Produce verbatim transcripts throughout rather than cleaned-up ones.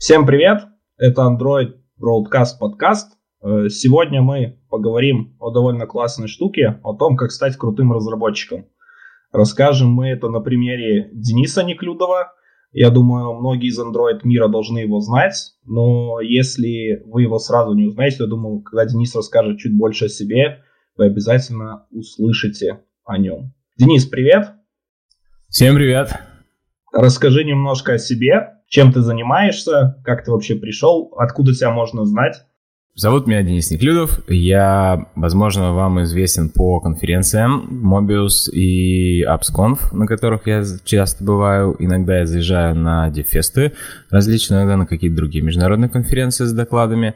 Всем привет! Это Android Broadcast подкаст. Сегодня мы поговорим о довольно классной штуке, о том, как стать крутым разработчиком. Расскажем мы это на примере Дениса Неклюдова. Я думаю, многие из Android мира должны его знать, но если вы его сразу не узнаете, то, думаю, когда Денис расскажет чуть больше о себе, вы обязательно услышите о нем. Денис, привет! Всем привет! Расскажи немножко о себе, чем ты занимаешься, как ты вообще пришел, откуда тебя можно знать. Зовут меня Денис Неклюдов. Я, возможно, вам известен по конференциям Mobius и AppsConf, на которых я часто бываю. Иногда я заезжаю на DevFest различные, иногда на какие-то другие международные конференции с докладами.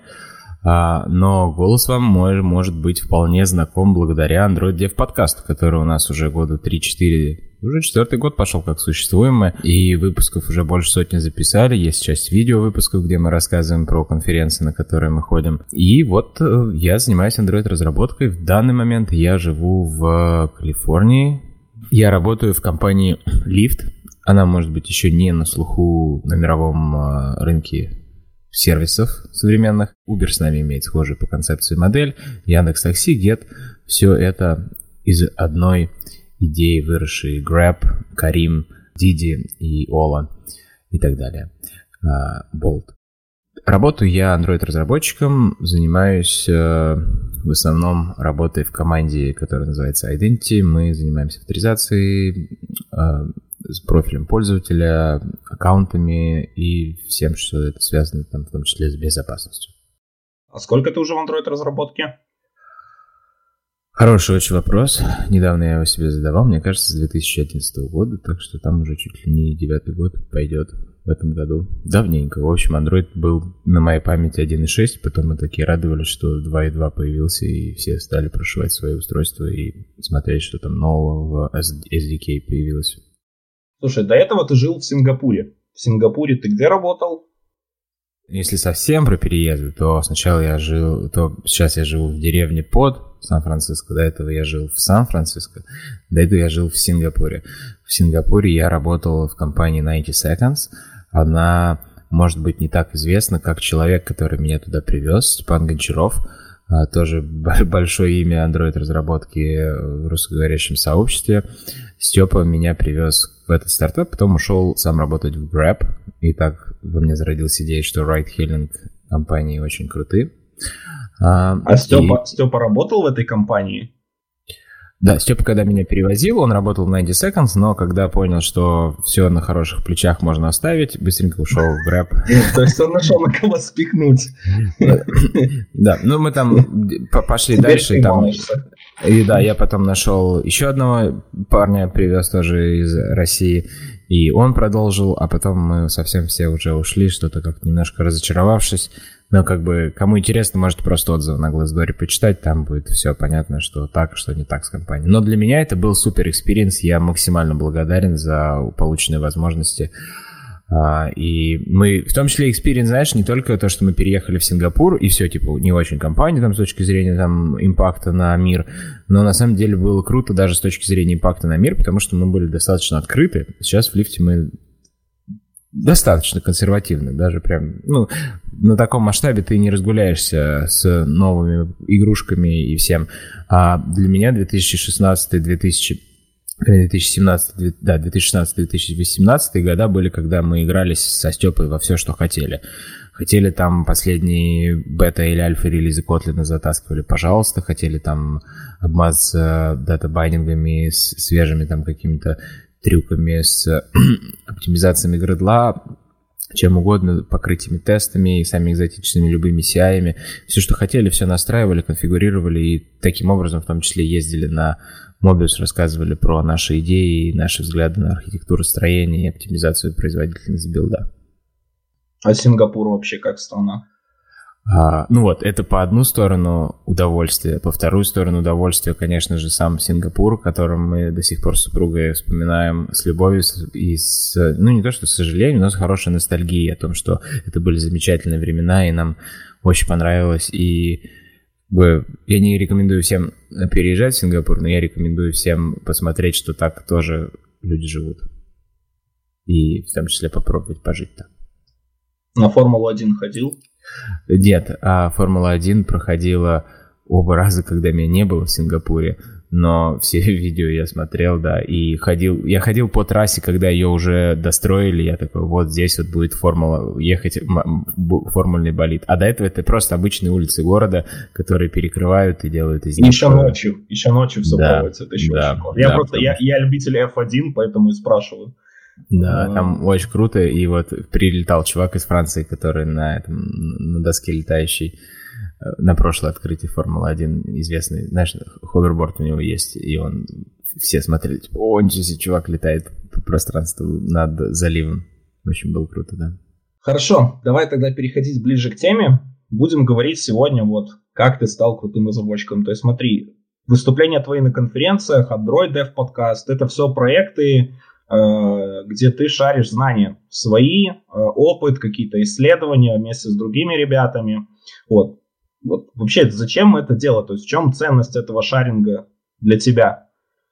Но голос вам мой может быть вполне знаком благодаря Android Dev подкасту, который у нас уже года три-четыре, уже четвертый год пошел, как существуем мы, и выпусков уже больше сотни записали. Есть часть видео выпусков, где мы рассказываем про конференции, на которые мы ходим. И вот я занимаюсь Android разработкой. В данный момент я живу в Калифорнии. Я работаю в компании Lyft. Она, может быть, еще не на слуху на мировом рынке сервисов современных. Uber с нами имеет схожую по концепции модель. Яндекс.Такси, Get. Все это из одной идеи, выросшие Grab, Careem, Didi и Ola и так далее. Bolt. Работаю я Android-разработчиком, занимаюсь в основном работой в команде, которая называется Identity. Мы занимаемся авторизацией, с профилем пользователя, аккаунтами и всем, что это связано, там, в том числе с безопасностью. А сколько ты уже в Android-разработке? Хороший очень вопрос. Недавно я его себе задавал, мне кажется, с две тысячи одиннадцатого года, так что там уже чуть ли не девятый год пойдет в этом году. Давненько. В общем, Android был на моей памяти один и шесть, потом мы такие радовались, что два и два появился, и все стали прошивать свои устройства и смотреть, что там нового в эс ди кей появилось. Слушай, до этого ты жил в Сингапуре. В Сингапуре ты где работал? Если совсем про переезды, то сначала я жил, то сейчас я живу в деревне под Сан-Франциско, до этого я жил в Сан-Франциско, до этого я жил в Сингапуре. В Сингапуре я работал в компании ninety seconds. Она, может быть, не так известна, как человек, который меня туда привез, Степан Гончаров, тоже большое имя Android-разработки в русскоговорящем сообществе. Степа меня привез в этот стартап, потом ушел сам работать в Grab. И так во мне зародилась идея, что ride-hailing компании очень крутые. А, а Степа, и... Степа работал в этой компании? Да, Степа, когда меня перевозил, он работал в ninety seconds, но когда понял, что все на хороших плечах можно оставить, быстренько ушел в Grab. То есть он нашел на кого спихнуть. Да, ну мы там пошли дальше. И да, я потом нашел еще одного парня, привез тоже из России, и он продолжил, а потом мы совсем все уже ушли, что-то как-то немножко разочаровавшись. Но как бы, кому интересно, можете просто отзывы на Glassdoor почитать, там будет все понятно, что так, что не так с компанией. Но для меня это был супер экспириенс, я максимально благодарен за полученные возможности. И мы, в том числе, экспириенс, знаешь, не только то, что мы переехали в Сингапур, и все, типа, не очень компания там с точки зрения там импакта на мир, но на самом деле было круто даже с точки зрения импакта на мир, потому что мы были достаточно открыты. Сейчас в Лифте мы достаточно консервативны, даже прям, ну, на таком масштабе ты не разгуляешься с новыми игрушками и всем. А для меня две тысячи шестнадцатый две тысячи две тысячи семнадцатый, да, две тысячи шестнадцатый две тысячи восемнадцатый года были, когда мы игрались со Степой во все, что хотели. Хотели там последние бета или альфа-релизы Kotlin затаскивали, пожалуйста. Хотели там обмазаться дата-байнингами, с свежими там какими-то трюками, с оптимизациями гредла, чем угодно, покрытиями тестами, самыми экзотичными любыми си ай-ами. Все, что хотели, все настраивали, конфигурировали и таким образом в том числе ездили на Mobius, рассказывали про наши идеи, наши взгляды на архитектуру строения и оптимизацию и производительность билда. А Сингапур вообще как страна? А, ну вот, это по одну сторону удовольствие, по вторую сторону удовольствие, конечно же, сам Сингапур, которым мы до сих пор с супругой вспоминаем с любовью и с, ну не то что с сожалением, но с хорошей ностальгией о том, что это были замечательные времена, и нам очень понравилось, и я не рекомендую всем переезжать в Сингапур, но я рекомендую всем посмотреть, что так тоже люди живут, и в том числе попробовать пожить там. На Формулу один ходил? Нет, а Формула один проходила оба раза, когда меня не было в Сингапуре. Но все видео я смотрел, да, и ходил, я ходил по трассе, когда ее уже достроили, я такой, вот здесь вот будет формула, ехать формульный болид. А до этого это просто обычные улицы города, которые перекрывают и делают из них... Еще ночью, еще ночью все да, проводится, это еще да, очень классно. Я да, просто, я, я любитель эф один, поэтому и спрашиваю. Да, там очень круто, и вот прилетал чувак из Франции, который на, этом, на доске летающей, на прошлое открытие Формулы один известный, знаешь, ховерборд у него есть, и он, все смотрели, типа, о, ничего себе, чувак летает по пространству над заливом. В общем, было круто, да. Хорошо, давай тогда переходить ближе к теме. Будем говорить сегодня вот, как ты стал крутым разработчиком. То есть смотри, выступления твои на конференциях, Android Dev Podcast, это все проекты, где ты шаришь знания свои, опыт, какие-то исследования вместе с другими ребятами. Вот. Вот вообще, зачем это делать? То есть в чем ценность этого шаринга для тебя?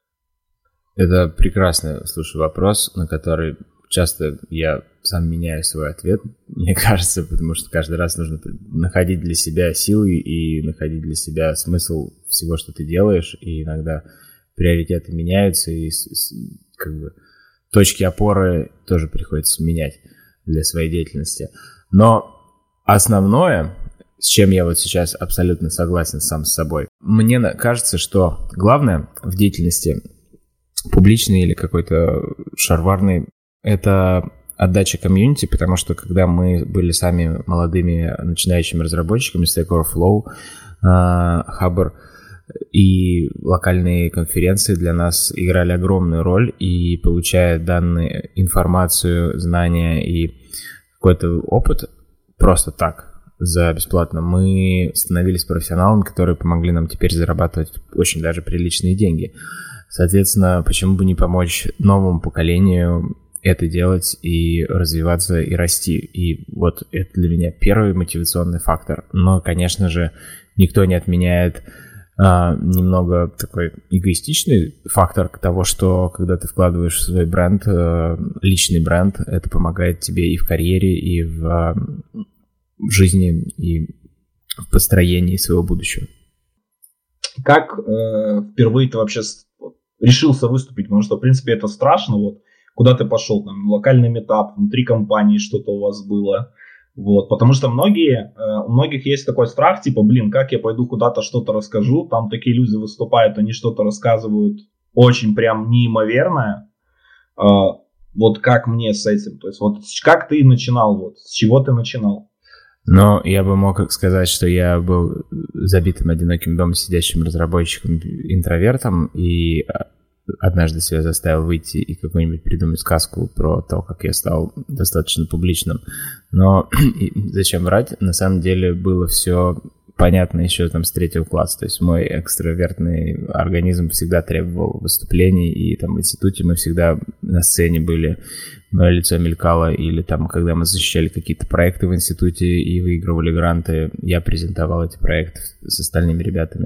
Это прекрасный, слушай, вопрос, на который часто я сам меняю свой ответ, мне кажется, потому что каждый раз нужно находить для себя силы и находить для себя смысл всего, что ты делаешь, и иногда приоритеты меняются, и как бы точки опоры тоже приходится менять для своей деятельности. Но основное, с чем я вот сейчас абсолютно согласен сам с собой, мне кажется, что главное в деятельности публичной или какой-то шарварной — это отдача комьюнити, потому что когда мы были сами молодыми начинающими разработчиками, Stack Overflow, Hubber и локальные конференции для нас играли огромную роль, и получая данные, информацию, знания и какой-то опыт просто так, за бесплатно, мы становились профессионалами, которые помогли нам теперь зарабатывать очень даже приличные деньги. Соответственно, почему бы не помочь новому поколению это делать и развиваться, и расти. И вот это для меня первый мотивационный фактор. Но, конечно же, никто не отменяет а, немного такой эгоистичный фактор того, что когда ты вкладываешь в свой бренд, а, личный бренд, это помогает тебе и в карьере, и в, а, в жизни, и в построении своего будущего. Как э, впервые ты вообще решился выступить? Потому что, в принципе, это страшно. Вот куда ты пошел, там, локальный митап, внутри компании что-то у вас было. Вот, потому что многие, э, у многих есть такой страх, типа, блин, как я пойду куда-то что-то расскажу, там такие люди выступают, они что-то рассказывают очень прям неимоверное. Э, вот как мне с этим? То есть, вот как ты начинал, вот, с чего ты начинал? Но я бы мог сказать, что я был забитым одиноким дома сидящим разработчиком, интровертом, и однажды себя заставил выйти и какую-нибудь придумать сказку про то, как я стал достаточно публичным. Но зачем врать? На самом деле было все понятно еще там с третьего класса. То есть мой экстравертный организм всегда требовал выступлений, и там в институте мы всегда на сцене были, мое лицо мелькало, или там, когда мы защищали какие-то проекты в институте и выигрывали гранты, я презентовал эти проекты с остальными ребятами.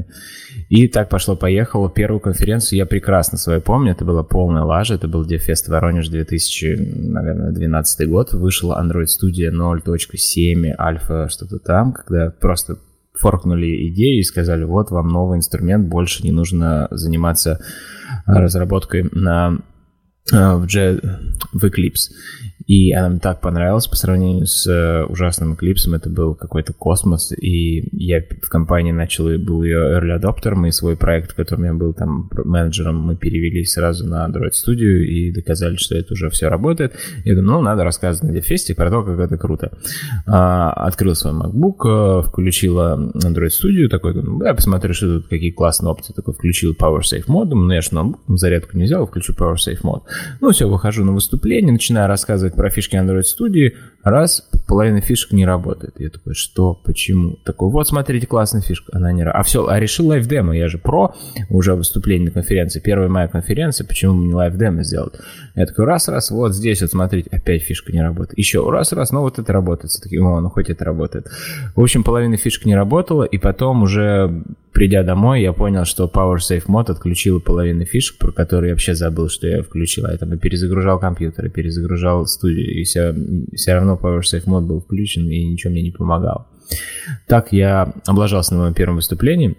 И так пошло-поехало. Первую конференцию я прекрасно свою помню, это была полная лажа, это был DevFest Воронеж две тысячи двенадцатый год, вышла Android Studio ноль точка семь, альфа, что-то там, когда просто форкнули идею и сказали, вот вам новый инструмент, больше не нужно заниматься разработкой на, в, J, в Eclipse. И она мне так понравилась по сравнению с ужасным Eclipse, это был какой-то космос, и я в компании начал, и был ее early adopter, и свой проект, в котором я был там менеджером, мы перевели сразу на Android Studio и доказали, что это уже все работает. Я думаю, ну, надо рассказывать на DevFest про то, как это круто. А, открыл свой MacBook, включила Android Studio, такой, ну, я посмотрю, что тут, какие классные опции, такой, включил PowerSafe мод, ну, я же ноутбук, зарядку не взял, включу PowerSafe мод. Ну, все, выхожу на выступление, начинаю рассказывать про фишки Android Studio, раз, половина фишек не работает. Я такой, что, почему? Такой, вот, смотрите, классная фишка, она не работает. А все, а решил лайв-демо, я же про, уже выступление на конференции, первая моя конференция, почему мне лайв-демо сделать? Я такой, раз-раз, вот здесь, вот, смотрите, опять фишка не работает. Еще раз-раз, ну, вот это работает. Все такие, о, ну, хоть это работает. В общем, половина фишек не работала, и потом уже, придя домой, я понял, что PowerSafe мод отключила половину фишек, про которые я вообще забыл, что я включил. Я там и перезагружал компьютер, и перезагружал студию, и все, все равно Power Safe Mode был включен и ничего мне не помогало. Так я облажался на моем первом выступлении.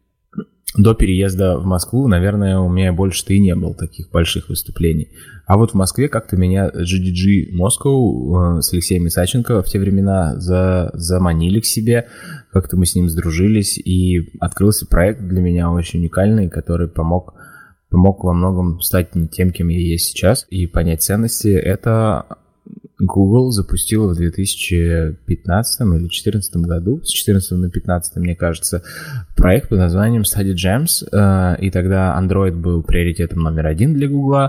До переезда в Москву, наверное, у меня больше-то и не было таких больших выступлений. А вот в Москве как-то меня джи ди джи Moscow с Алексеем Исаченко в те времена за, заманили к себе. Как-то мы с ним сдружились, и открылся проект для меня очень уникальный, который помог, помог во многом стать не тем, кем я есть сейчас, и понять ценности. Это Google запустил в две тысячи пятнадцатом или две тысячи четырнадцатом году, с четырнадцатого на пятнадцатый, мне кажется, проект под названием Study Gems, и тогда Android был приоритетом номер один для Google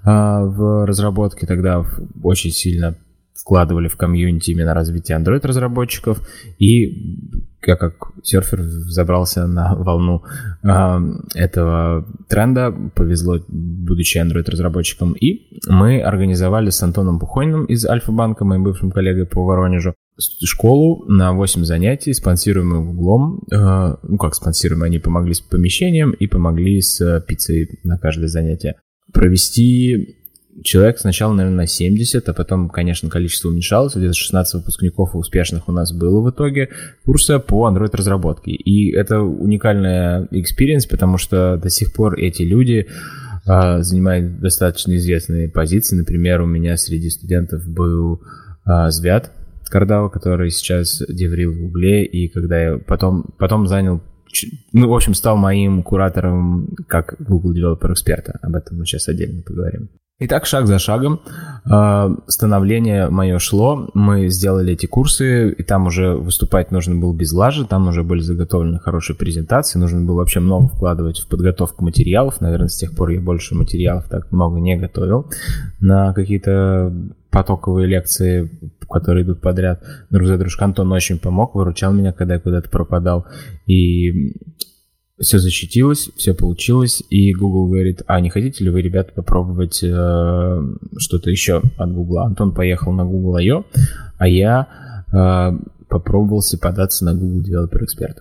в разработке, тогда очень сильно вкладывали в комьюнити именно развитие Android-разработчиков, и я как серфер забрался на волну э, этого тренда, повезло, будучи Android-разработчиком, и мы организовали с Антоном Пухониным из Альфа-банка, моим бывшим коллегой по Воронежу, школу на восемь занятий, спонсируемую Гуглом. Э, ну как спонсируемые, они помогли с помещением и помогли с пиццей на каждое занятие. Провести человек сначала, наверное, на семьдесят, а потом, конечно, количество уменьшалось. Где-то шестнадцать выпускников успешных у нас было в итоге курса по Android-разработке. И это уникальная экспириенс, потому что до сих пор эти люди а, занимают достаточно известные позиции. Например, у меня среди студентов был а, Звят Кардава, который сейчас деврил в Гугле, и когда я потом, потом занял, ну, в общем, стал моим куратором как Google Developer Expert. Об этом мы сейчас отдельно поговорим. Итак, шаг за шагом э, становление мое шло, мы сделали эти курсы, и там уже выступать нужно было без лажи, там уже были заготовлены хорошие презентации, нужно было вообще много вкладывать в подготовку материалов, наверное, с тех пор я больше материалов так много не готовил на какие-то потоковые лекции, которые идут подряд. Друг за дружкой Антон очень помог, выручал меня, когда я куда-то пропадал, и все защитилось, все получилось, и Google говорит: а не хотите ли вы, ребята, попробовать э, что-то еще от Google? Антон поехал на Google ай о, а я э, попробовался податься на Google Developer Expert.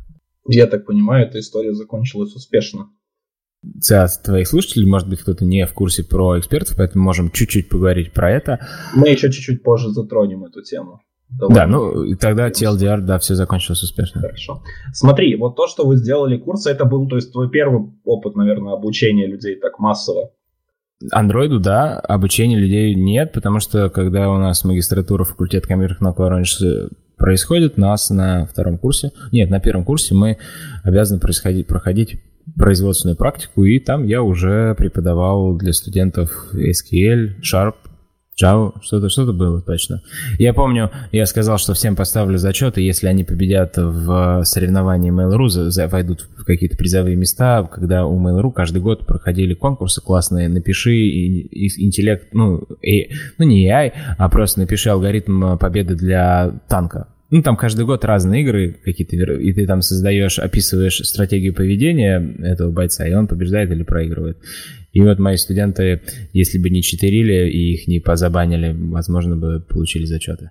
Я так понимаю, эта история закончилась успешно. Для твоих слушателей, может быть, кто-то не в курсе про экспертов, поэтому можем чуть-чуть поговорить про это. Мы еще чуть-чуть позже затронем эту тему. Давай. Да, ну и тогда ти эл ди ар, да, все закончилось успешно. Хорошо. Смотри, вот то, что вы сделали курсы, это был, то есть, твой первый опыт, наверное, обучения людей так массово. Андроиду, да, обучения людей нет, потому что когда у нас магистратура факультета компьютерных наук Воронеж происходит, нас на втором курсе, нет, на первом курсе мы обязаны происходить, проходить производственную практику, и там я уже преподавал для студентов эс кью эль, Sharp, Java, что-то, что-то было точно. Я помню, я сказал, что всем поставлю зачеты, если они победят в соревновании Mail.ru, войдут в какие-то призовые места, когда у Mail.ru каждый год проходили конкурсы классные, напиши интеллект, ну, и, ну не эй ай, а просто напиши алгоритм победы для танка. Ну, там каждый год разные игры какие-то, и ты там создаешь, описываешь стратегию поведения этого бойца, и он побеждает или проигрывает. И вот мои студенты, если бы не читерили и их не позабанили, возможно, бы получили зачеты.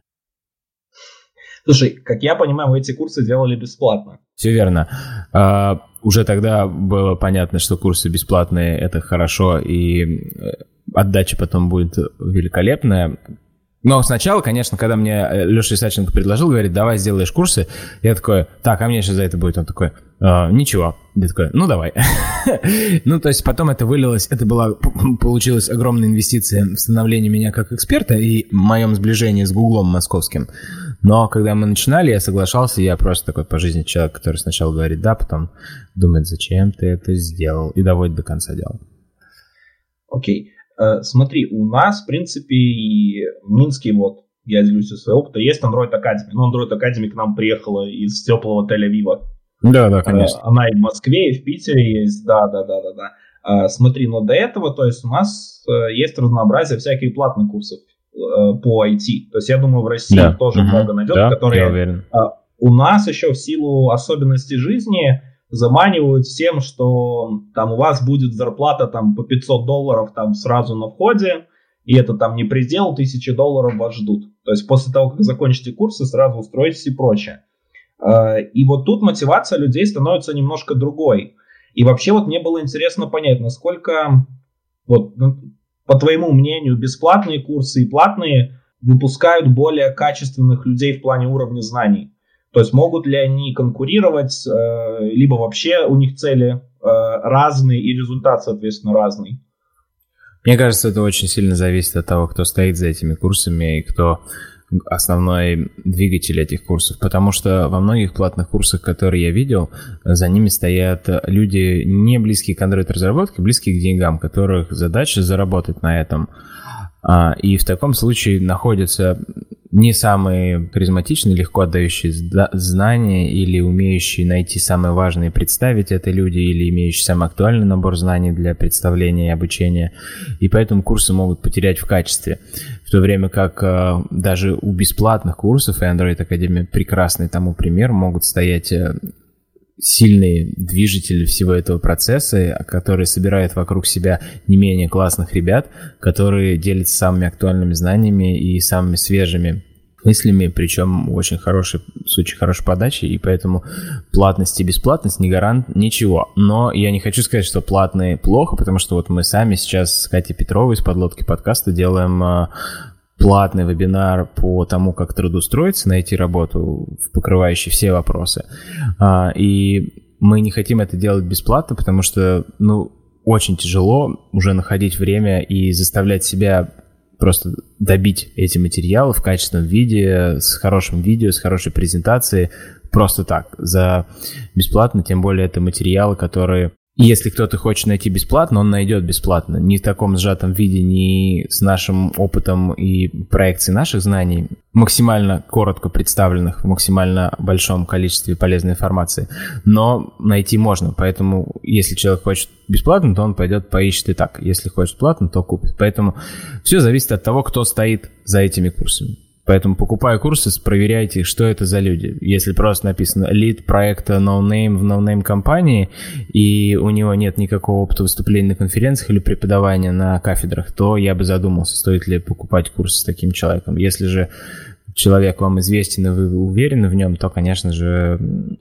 Слушай, как я понимаю, вы эти курсы делали бесплатно. Все верно. А, уже тогда было понятно, что курсы бесплатные – это хорошо, и отдача потом будет великолепная. Но сначала, конечно, когда мне Леша Исаченко предложил, говорит: давай сделаешь курсы, я такой: так, а мне сейчас за это будет? Он такой: «А, ничего. Я такой: ну давай. Ну, то есть потом это вылилось, это была, получилась огромная инвестиция в становление меня как эксперта и в моем сближении с Гуглом московским. Но когда мы начинали, я соглашался, я просто такой по жизни человек, который сначала говорит да, потом думает: зачем ты это сделал, и доводит до конца дела. Окей. Uh, смотри, у нас, в принципе, и в Минске, вот, я делюсь из своего опыта, есть Android Academy. Но Android Academy к нам приехала из теплого Тель-Авива. Да, да, конечно. Uh, она и в Москве, и в Питере есть, да, да, да, да, да. Uh, смотри, но до этого, то есть у нас uh, есть разнообразие всяких платных курсов uh, по ай ти. То есть я думаю, в России да. тоже угу. много найдет, да, которые я уверен. Uh, у нас еще в силу особенностей жизни заманивают всем, что там у вас будет зарплата там по пятьсот долларов там сразу на входе, и это там не предел, тысячи долларов вас ждут. То есть после того, как закончите курсы, сразу устроитесь и прочее. И вот тут мотивация людей становится немножко другой. И вообще вот мне было интересно понять, насколько, вот, по твоему мнению, бесплатные курсы и платные выпускают более качественных людей в плане уровня знаний. То есть могут ли они конкурировать, э, либо вообще у них цели э, разные и результат, соответственно, разный. Мне кажется, это очень сильно зависит от того, кто стоит за этими курсами и кто основной двигатель этих курсов. Потому что во многих платных курсах, которые я видел, за ними стоят люди не близкие к Android-разработке, близкие к деньгам, которых задача заработать на этом. И в таком случае находятся не самые харизматичные, легко отдающие знания или умеющие найти самое важное и представить это люди, или имеющие самый актуальный набор знаний для представления и обучения. И поэтому курсы могут потерять в качестве. В то время как даже у бесплатных курсов, и Android Academy прекрасный тому пример, могут стоять сильные движители всего этого процесса, которые собирают вокруг себя не менее классных ребят, которые делятся самыми актуальными знаниями и самыми свежими мыслями, причем очень хорошей, с очень хорошей подачей, и поэтому платность и бесплатность не гарант ничего. Но я не хочу сказать, что платные плохо, потому что вот мы сами сейчас с Катей Петровой из «Подлодки подкаста» делаем платный вебинар по тому, как трудоустроиться, найти работу, покрывающий все вопросы. И мы не хотим это делать бесплатно, потому что, ну, очень тяжело уже находить время и заставлять себя просто добить эти материалы в качественном виде, с хорошим видео, с хорошей презентацией, просто так, за бесплатно, тем более это материалы, которые... И если кто-то хочет найти бесплатно, он найдет бесплатно. Не в таком сжатом виде, не с нашим опытом и проекцией наших знаний, максимально коротко представленных в максимально большом количестве полезной информации. Но найти можно, поэтому если человек хочет бесплатно, то он пойдет поищет и так. Если хочет платно, то купит. Поэтому все зависит от того, кто стоит за этими курсами. Поэтому, покупая курсы, проверяйте, что это за люди. Если просто написано лид проекта NoName в NoName компании, и у него нет никакого опыта выступления на конференциях или преподавания на кафедрах, то я бы задумался, стоит ли покупать курсы с таким человеком. Если же человек вам известен и вы уверены в нем, то, конечно же,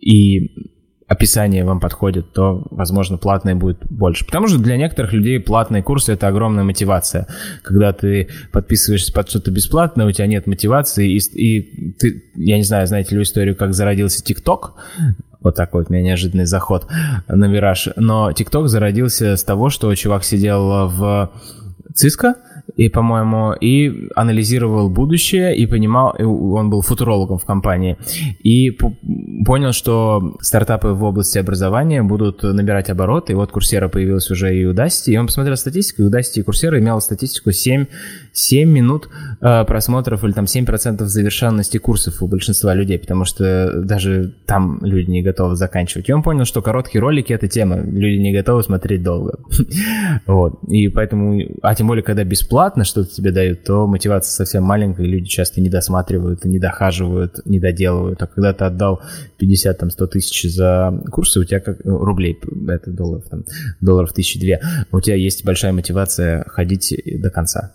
и описание вам подходит, то, возможно, платное будет больше. Потому что для некоторых людей платные курсы – это огромная мотивация. Когда ты подписываешься под что-то бесплатное, у тебя нет мотивации, и, и ты, я не знаю, знаете ли вы историю, как зародился TikTok? Вот такой вот у меня неожиданный заход на вираж. Но TikTok зародился с того, что чувак сидел в Cisco, и, по-моему, и анализировал будущее, и понимал, он был футурологом в компании, и понял, что стартапы в области образования будут набирать обороты, и вот Coursera появилась уже и Udacity, и он посмотрел статистику, и Udacity и Coursera имела статистику семь, семь минут э, просмотров или там семь процентов завершенности курсов у большинства людей, потому что даже там люди не готовы заканчивать. И он понял, что короткие ролики — это тема, люди не готовы смотреть долго. Вот, и поэтому, а тем более, когда бесплатно что-то тебе дают, то мотивация совсем маленькая, и люди часто не досматривают, не дохаживают, не доделывают. А когда ты отдал пятьдесят сто тысяч за курсы, у тебя как рублей, это долларов, там, долларов тысячи две, у тебя есть большая мотивация ходить до конца.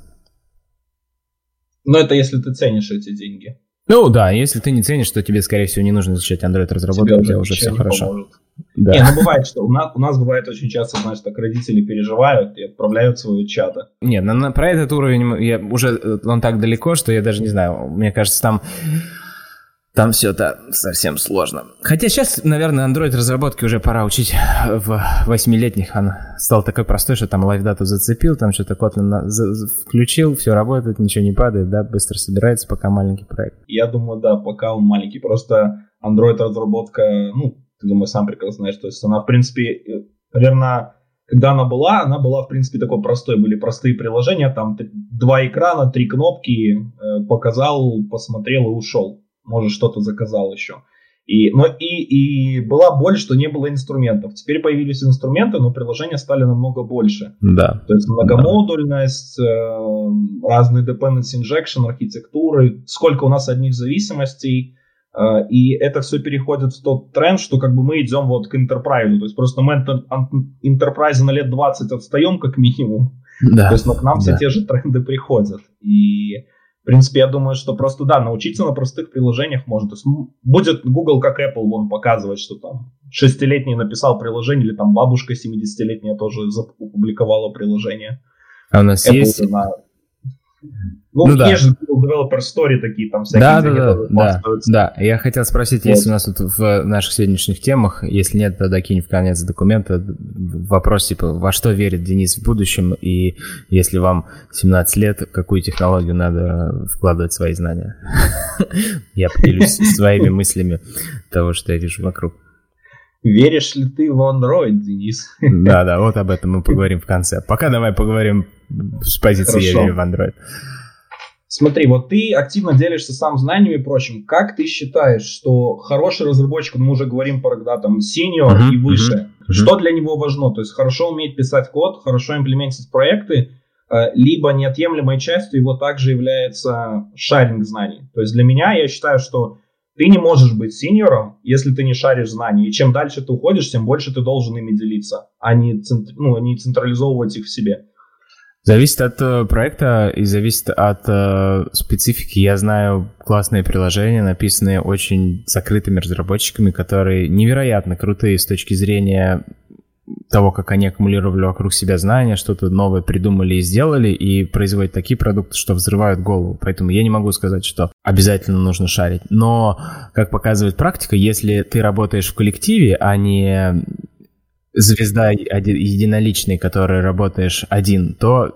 Но это если ты ценишь эти деньги. Ну да, если ты не ценишь, то тебе, скорее всего, не нужно изучать Android-разработку, у тебя уже все хорошо. Да. Не, ну бывает, что у нас, у нас бывает очень часто, знаешь, так родители переживают и отправляют свои чаты. Нет, на, на, про этот уровень я уже, он так далеко, что я даже не знаю, мне кажется, там... Там все это совсем сложно. Хотя сейчас, наверное, Android-разработки уже пора учить в восьмилетних. Он стал такой простой, что там лайфдату зацепил, там что-то Kotlin включил, все работает, ничего не падает, да, быстро собирается, пока маленький проект. Я думаю, да, пока он маленький. Просто Android-разработка, ну, ты, думаю, сам прекрасно знаешь, то есть она, в принципе, наверное, когда она была, она была, в принципе, такой простой. Были простые приложения, там два экрана, три кнопки, показал, посмотрел и ушел. Может, что-то заказал еще. И, но и, и была боль, что не было инструментов. Теперь появились инструменты, но приложения стали намного больше. Да. То есть многомодульность, да. Разные dependency injection, архитектуры, сколько у нас одних зависимостей. И это все переходит в тот тренд, что как бы мы идем вот к enterprise. То есть просто мы от enterprise на лет двадцать отстаем как минимум. Да. То есть но к нам да. все те же тренды приходят. И... В принципе, я думаю, что просто, да, научиться на простых приложениях можно. То есть будет Google, как Apple, вон показывать, что там шестилетний написал приложение, или там бабушка семидесятилетняя тоже опубликовала приложение. А у нас Apple есть... На... Ну, ну есть да. же developer story такие там всякие. Да, да, да, да, да. Я хотел спросить, вот. Если у нас тут в наших сегодняшних темах, если нет, тогда кинь в конец документа вопрос типа, во что верит Денис в будущем, и если вам семнадцать лет, в какую технологию надо вкладывать свои знания? Я поделюсь своими мыслями того, что я вижу вокруг. Веришь ли ты в Android, Денис? Да, да, вот об этом мы поговорим в конце. Пока давай поговорим с позиции «Я верю в Android». Смотри, вот ты активно делишься сам знаниями и прочим. Как ты считаешь, что хороший разработчик, мы уже говорим про да, там, senior uh-huh, и выше, uh-huh, что uh-huh. для него важно? То есть хорошо уметь писать код, хорошо имплементировать проекты, либо неотъемлемой частью его также является шаринг знаний. То есть для меня, я считаю, что ты не можешь быть синьором, если ты не шаришь знаний. И чем дальше ты уходишь, тем больше ты должен ими делиться, а не, центр... ну, не централизовывать их в себе. Зависит от э, проекта и зависит от э, специфики. Я знаю классные приложения, написанные очень закрытыми разработчиками, которые невероятно крутые с точки зрения того, как они аккумулировали вокруг себя знания, что-то новое придумали и сделали, и производят такие продукты, что взрывают голову. Поэтому я не могу сказать, что обязательно нужно шарить. Но, как показывает практика, если ты работаешь в коллективе, а не звезда единоличной, которой работаешь один, то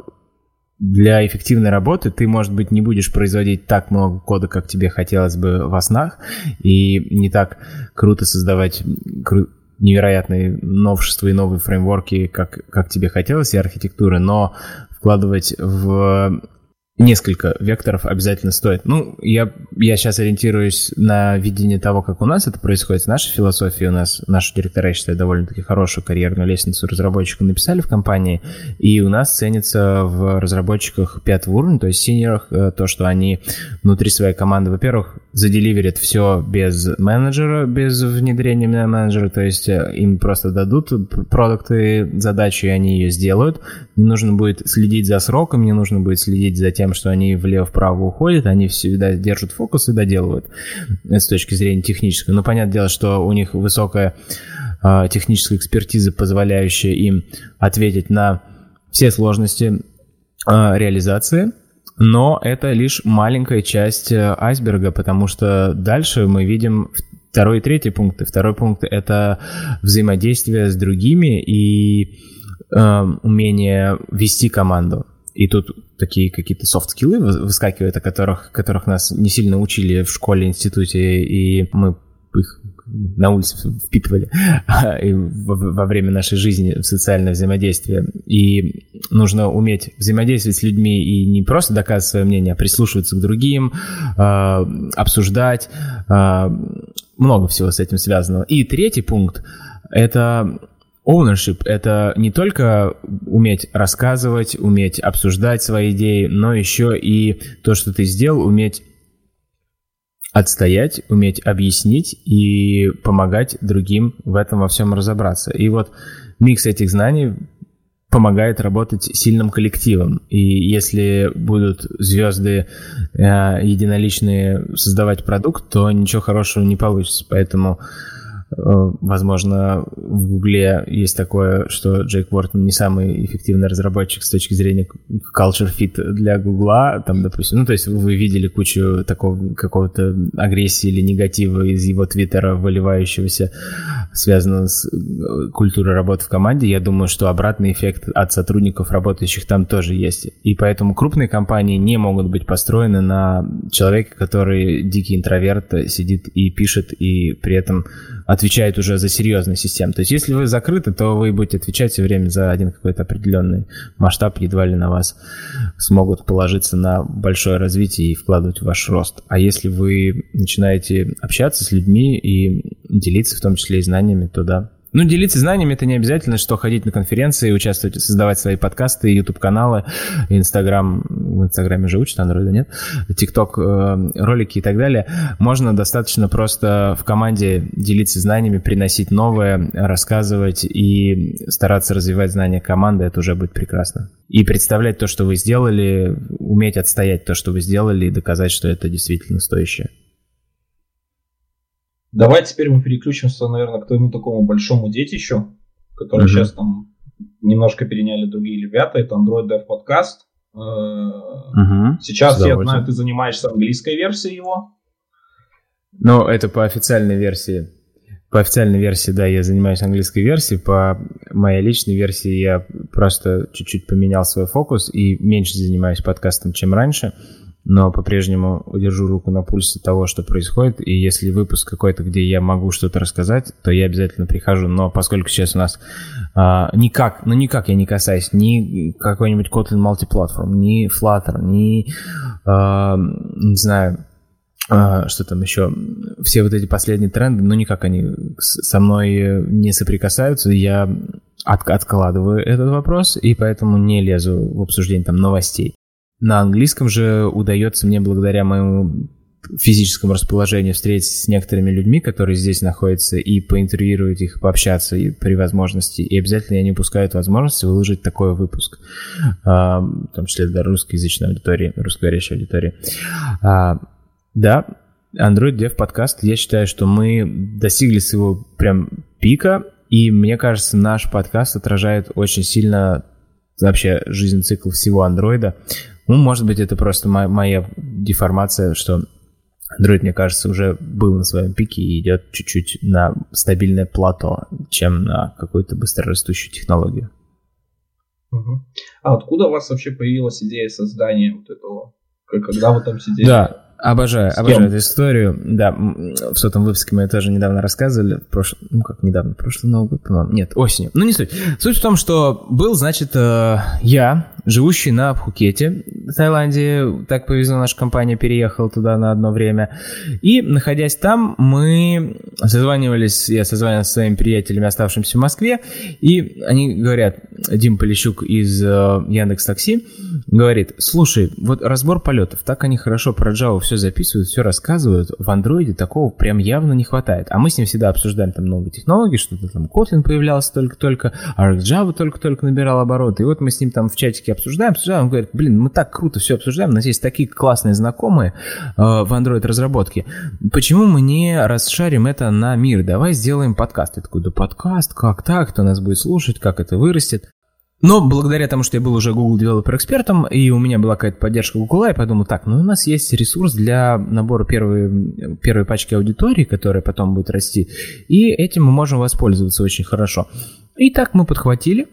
для эффективной работы ты, может быть, не будешь производить так много кода, как тебе хотелось бы во снах, и не так круто создавать кру- невероятные новшества и новые фреймворки, как, как тебе хотелось, и архитектуры, но вкладывать в несколько векторов обязательно стоит. Ну, я, я сейчас ориентируюсь на видение того, как у нас это происходит. В нашей философии у нас, наши директора, я считаю, довольно-таки хорошую карьерную лестницу разработчикам написали в компании, и у нас ценится в разработчиках пятого уровня, то есть синьорах, то, что они внутри своей команды, во-первых, заделиверят все без менеджера, без внедрения менеджера, то есть им просто дадут продукты, задачи, и они ее сделают. Не нужно будет следить за сроком, не нужно будет следить за тем, что они влево-вправо уходят, они всегда держат фокус и доделывают с точки зрения технической. Но понятное дело, что у них высокая э, техническая экспертиза, позволяющая им ответить на все сложности э, реализации, но это лишь маленькая часть айсберга, потому что дальше мы видим второй и третий пункты. Второй пункт — это взаимодействие с другими и э, умение вести команду. И тут такие какие-то софт-скиллы выскакивают, о которых, которых нас не сильно учили в школе, институте, и мы их на улице впитывали во время нашей жизни в социальное взаимодействие. И нужно уметь взаимодействовать с людьми и не просто доказывать свое мнение, а прислушиваться к другим, обсуждать. Много всего с этим связано. И третий пункт — это ownership — это не только уметь рассказывать, уметь обсуждать свои идеи, но еще и то, что ты сделал, уметь отстоять, уметь объяснить и помогать другим в этом во всем разобраться. И вот микс этих знаний помогает работать сильным коллективом. И если будут звезды э, единоличные создавать продукт, то ничего хорошего не получится. Поэтому возможно, в Гугле есть такое, что Джейк Уортон не самый эффективный разработчик с точки зрения culture fit для Гугла, там, допустим, ну, то есть вы видели кучу такого какого-то агрессии или негатива из его твиттера, выливающегося, связанного с культурой работы в команде. Я думаю, что обратный эффект от сотрудников, работающих там, тоже есть. И поэтому крупные компании не могут быть построены на человеке, который дикий интроверт, сидит и пишет, и при этом отвечает уже за серьезную систему. То есть, если вы закрыты, то вы будете отвечать все время за один какой-то определенный масштаб, едва ли на вас смогут положиться на большое развитие и вкладывать в ваш рост. А если вы начинаете общаться с людьми и делиться в том числе и знаниями, то да. Ну, делиться знаниями — это не обязательно, что ходить на конференции, участвовать, создавать свои подкасты, YouTube-каналы, Инстаграм, в Инстаграме же учат, Андроида нет, ТикТок, ролики и так далее. Можно достаточно просто в команде делиться знаниями, приносить новое, рассказывать и стараться развивать знания команды, это уже будет прекрасно. И представлять то, что вы сделали, уметь отстоять то, что вы сделали, и доказать, что это действительно стоящее. Давай теперь мы переключимся, наверное, к твоему такому большому детищу, который mm-hmm. сейчас там немножко переняли другие ребята. Это Android Dev Podcast. Угу. Сейчас, я знаю, ты занимаешься английской версией его. Ну, это по официальной версии. По официальной версии, да, я занимаюсь английской версией. По моей личной версии я просто чуть-чуть поменял свой фокус и меньше занимаюсь подкастом, чем раньше. Но по-прежнему держу руку на пульсе того, что происходит. И если выпуск какой-то, где я могу что-то рассказать, то я обязательно прихожу. Но поскольку сейчас у нас а, никак, ну никак я не касаюсь ни какой-нибудь Kotlin Multiplatform, ни Flutter, ни, а, не знаю, а, что там еще, все вот эти последние тренды, ну никак они со мной не соприкасаются. Я от, откладываю этот вопрос и поэтому не лезу в обсуждение там новостей. На английском же удается мне, благодаря моему физическому расположению, встретиться с некоторыми людьми, которые здесь находятся, и поинтервьюировать их, пообщаться и при возможности. И обязательно я не упускаю эту возможность выложить такой выпуск, в том числе для русскоязычной аудитории, русскоговорящей аудитории. Да, Android Dev подкаст, я считаю, что мы достигли своего прям пика, и мне кажется, наш подкаст отражает очень сильно вообще жизненный цикл всего андроида. Ну, может быть, это просто моя, моя деформация, что Android, мне кажется, уже был на своем пике и идет чуть-чуть на стабильное плато, чем на какую-то быстрорастущую технологию. Угу. А откуда у вас вообще появилась идея создания вот этого? Когда вы там сидели? Да. Обожаю, обожаю эту историю. Да, в сотом выпуске мы тоже недавно рассказывали. В прошлом, ну как недавно, прошлый Новый год, по-моему. Нет, осенью. Ну не суть. Суть в том, что был, значит, я, живущий на Пхукете, в Таиланде. Так повезло, наша компания переехала туда на одно время. И, находясь там, мы созванивались, я созванивался со своими приятелями, оставшимися в Москве. И они говорят, Дим Полищук из Яндекс.Такси говорит: слушай, вот разбор полетов, так они хорошо про Java все записывают, все рассказывают. В андроиде такого прям явно не хватает. А мы с ним всегда обсуждаем там новые технологии, что-то там Kotlin появлялся только-только, а Java только-только набирал обороты. И вот мы с ним там в чатике обсуждаем, обсуждаем, он говорит: блин, мы так круто все обсуждаем, у нас есть такие классные знакомые э, в Android разработке. Почему мы не расшарим это на мир? Давай сделаем подкаст. Я такой: да подкаст, как так? Кто нас будет слушать, как это вырастет? Но благодаря тому, что я был уже Google Developer экспертом, и у меня была какая-то поддержка Google, я подумал: так, ну у нас есть ресурс для набора первой, первой пачки аудитории, которая потом будет расти, и этим мы можем воспользоваться очень хорошо. И так мы подхватили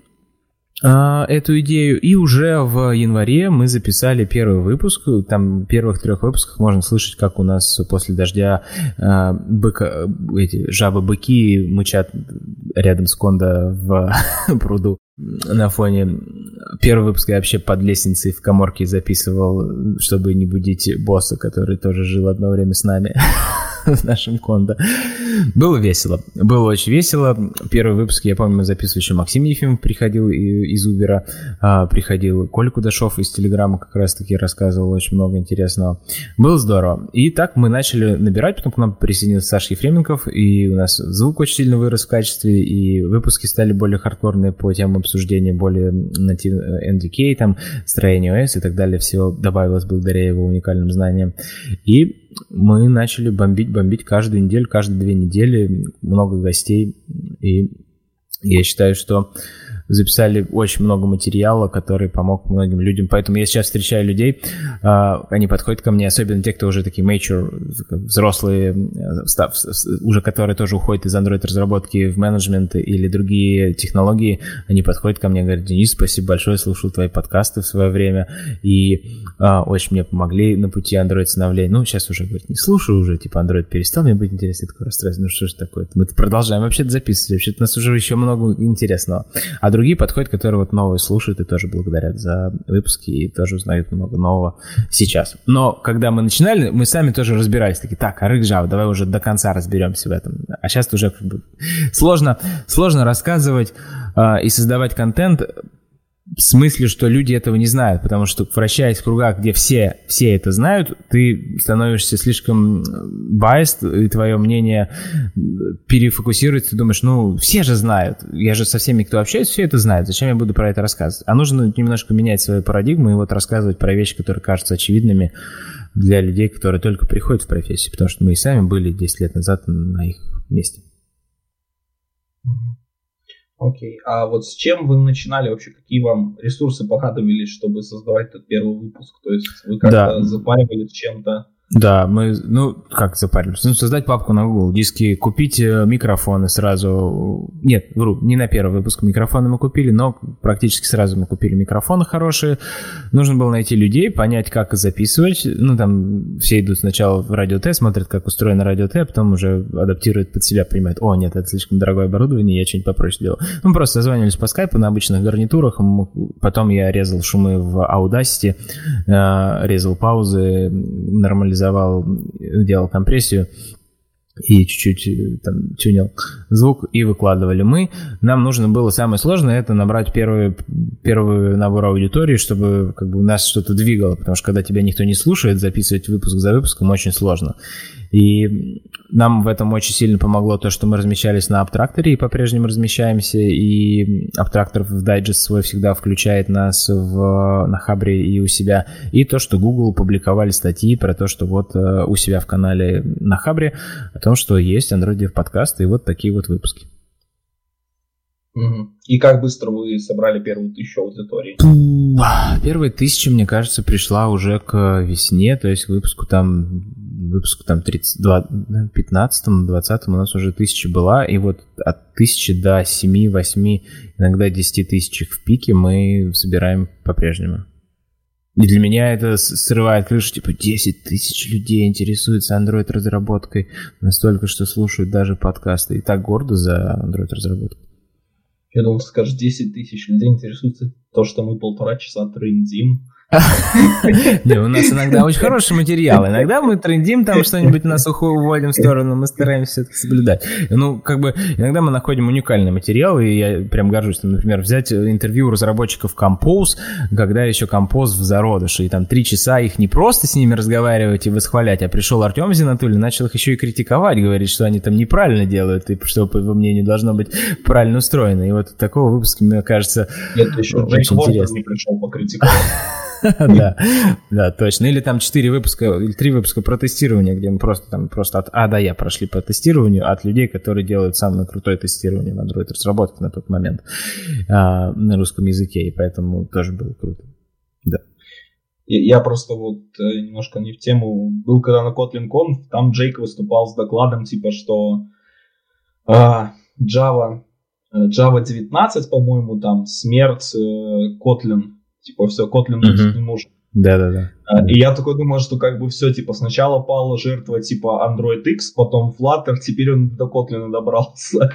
а, эту идею, и уже в январе мы записали первый выпуск. Там в первых трех выпусках можно слышать, как у нас после дождя а, быка, эти жабы-быки мычат рядом с кондо в пруду. На фоне первого выпуска я вообще под лестницей в каморке записывал, чтобы не будить босса, который тоже жил одно время с нами в нашем кондо. Было весело. Было очень весело. Первый выпуск, я помню, мы записывали еще Максим Ефимов приходил из Убера, приходил Коля Кудашов из Телеграма, как раз-таки рассказывал очень много интересного. Было здорово. И так мы начали набирать, потом к нам присоединился Саша Ефременков, и у нас звук очень сильно вырос в качестве, и выпуски стали более хардкорные по темам обсуждения, более нативно эн ди кей, там, строение о эс и так далее. Всего добавилось благодаря его уникальным знаниям. И мы начали бомбить, бомбить каждую неделю, каждые две недели, много гостей, и я считаю, что записали очень много материала, который помог многим людям. Поэтому я сейчас встречаю людей, они подходят ко мне, особенно те, кто уже такие mature, взрослые, уже которые тоже уходят из Android-разработки в менеджмент или другие технологии, они подходят ко мне и говорят: Денис, спасибо большое, слушал твои подкасты в свое время, и а, очень мне помогли на пути Android-становления. Ну, сейчас уже, говорит, не слушаю уже, типа, Android перестал мне быть интересен, я такой расстроюсь, ну что ж такое, мы продолжаем вообще-то записывать, вообще-то у нас уже еще много интересного. А другие подходят, которые вот новые слушают и тоже благодарят за выпуски и тоже узнают много нового сейчас. Но когда мы начинали, мы сами тоже разбирались, такие: так, а RxJava, давай уже до конца разберемся в этом. А сейчас уже как бы сложно, сложно рассказывать э, и создавать контент в смысле, что люди этого не знают, потому что, вращаясь в кругах, где все, все это знают, ты становишься слишком biased, и твое мнение перефокусируется, ты думаешь: ну, все же знают, я же со всеми, кто общаюсь, все это знают, зачем я буду про это рассказывать? А нужно немножко менять свою парадигму и вот рассказывать про вещи, которые кажутся очевидными для людей, которые только приходят в профессию, потому что мы и сами были десять лет назад на их месте. Окей. А вот с чем вы начинали вообще? Какие вам ресурсы понадобились, чтобы создавать этот первый выпуск? То есть вы как-то да. запаривались чем-то? Да, мы, ну, как запаривались? Ну, создать папку на Google диски, купить микрофоны сразу. Нет, вру, не на первый выпуск микрофоны мы купили, но практически сразу мы купили микрофоны хорошие. Нужно было найти людей, понять, как записывать. Ну, там все идут сначала в радио Т, смотрят, как устроено радио Т, а потом уже адаптируют под себя, понимают, о, нет, это слишком дорогое оборудование, я что-нибудь попроще делал. Мы просто созванивались по скайпу на обычных гарнитурах, потом я резал шумы в Audacity, резал паузы, нормализовал, делал компрессию и чуть-чуть там тюнил звук и выкладывали мы. Нам нужно было, самое сложное, это набрать первый, первый набор аудитории, чтобы как бы у нас что-то двигало, потому что когда тебя никто не слушает, записывать выпуск за выпуском очень сложно. И нам в этом очень сильно помогло то, что мы размещались на Аптракторе и по-прежнему размещаемся, и Аптрактор в дайджест свой всегда включает нас в, на Хабре и у себя, и то, что Google публиковали статьи про то, что вот у себя в канале на Хабре о том, что есть Android Dev подкасты, и вот такие вот выпуски. И как быстро вы собрали первую тысячу аудитории? Первая тысяча, мне кажется, пришла уже к весне, то есть к выпуску там, выпуску там тридцать два, пятнадцатом, двадцатом у нас уже тысяча была, и вот от тысячи до семи, восьми, иногда десяти тысяч в пике мы собираем по-прежнему. И для меня это срывает крышу, типа десять тысяч людей интересуются Android-разработкой настолько, что слушают даже подкасты. И так гордо за Android-разработку. Я думал, ты скажешь, десять тысяч людей интересуются то, что мы полтора часа трендим. Не, у нас иногда очень хороший материал. Иногда мы трендим, там что-нибудь на сухую уводим в сторону, мы стараемся это соблюдать. Ну, как бы, иногда мы находим уникальный материал, и я прям горжусь. Там, например, взять интервью у разработчиков Compose, когда еще Compose в зародыше, и там три часа их не просто с ними разговаривать и восхвалять, а пришел Артем Зинатуллин, начал их еще и критиковать, говорить, что они там неправильно делают, и что, по его мнению, должно быть правильно устроено. И вот такого выпуска, мне кажется, это еще очень интересно. Не пришел покритиковать. Да, да, точно. Или там четыре выпуска, или три выпуска про тестирование, где мы просто там просто от А до Я прошли по тестированию от людей, которые делают самое крутое тестирование в Android-разработке на тот момент а, на русском языке, и поэтому тоже было круто. Да. Я просто вот немножко не в тему. Был когда на KotlinConf, там Джейк выступал с докладом, типа, что а, Java, Java девятнадцать, по-моему, там смерть Kotlin. Типа, все, Kotlin uh-huh. не нужен. Да-да-да. И я такой думаю, что как бы все, типа, сначала пала жертва, типа, Android X, потом Flutter, теперь он до Kotlin добрался.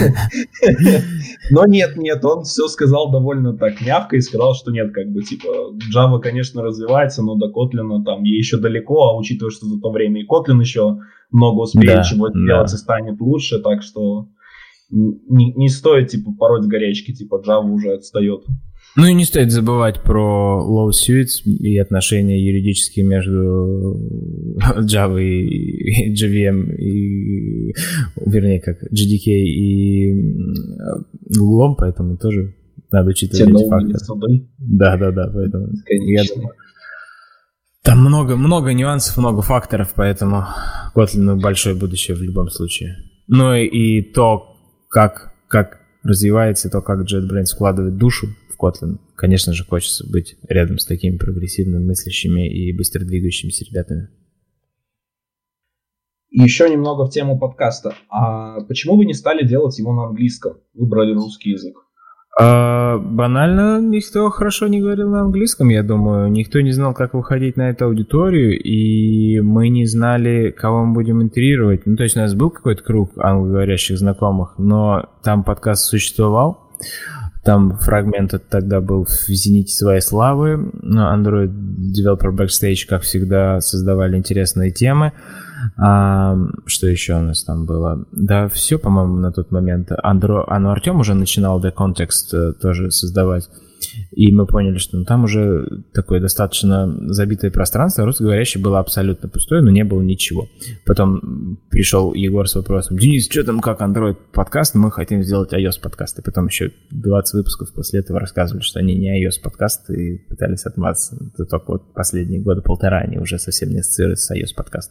Но нет, нет, он все сказал довольно так мягко и сказал, что нет, как бы, типа, Java, конечно, развивается, но до Kotlin там ей еще далеко, а учитывая, что за то время и Kotlin еще много успеет чего делать и станет лучше, так что не, не стоит, типа, пороть горячки, типа, Java уже отстает. Ну и не стоит забывать про lawsuits и отношения юридические между Java и джей ви эм, и, вернее, как джей ди кей и Google, поэтому тоже надо учитывать эти факторы. Да, да, да, поэтому я думаю, там много, много нюансов, много факторов, поэтому Kotlin большое будущее в любом случае. Ну и то, как, как развивается, то, как JetBrains вкладывает душу Kotlin. Конечно же, хочется быть рядом с такими прогрессивно мыслящими и быстро двигающимися ребятами. И еще немного в тему подкаста. А почему вы не стали делать его на английском? Выбрали русский язык? А, банально, никто хорошо не говорил на английском, я думаю. Никто не знал, как выходить на эту аудиторию, и мы не знали, кого мы будем интегрировать. Ну, то есть у нас был какой-то круг англоговорящих знакомых, но там подкаст существовал. Там фрагмент тогда был в зените своей славы. Android Developer Backstage, как всегда, создавали интересные темы. А, что еще у нас там было? Да, все, по-моему, на тот момент. Андро... А, ну, Артем уже начинал The Context тоже создавать. И мы поняли, что ну, там уже такое достаточно забитое пространство, русскоговорящее было абсолютно пустое, но не было ничего. Потом пришел Егор с вопросом: Денис, что там, как Android подкаст? Мы хотим сделать iOS подкаст. И потом еще двадцать выпусков после этого рассказывали, что они не iOS подкасты, и пытались отмазаться. Это только вот последние года полтора они уже совсем не ассоциируются с iOS подкастом.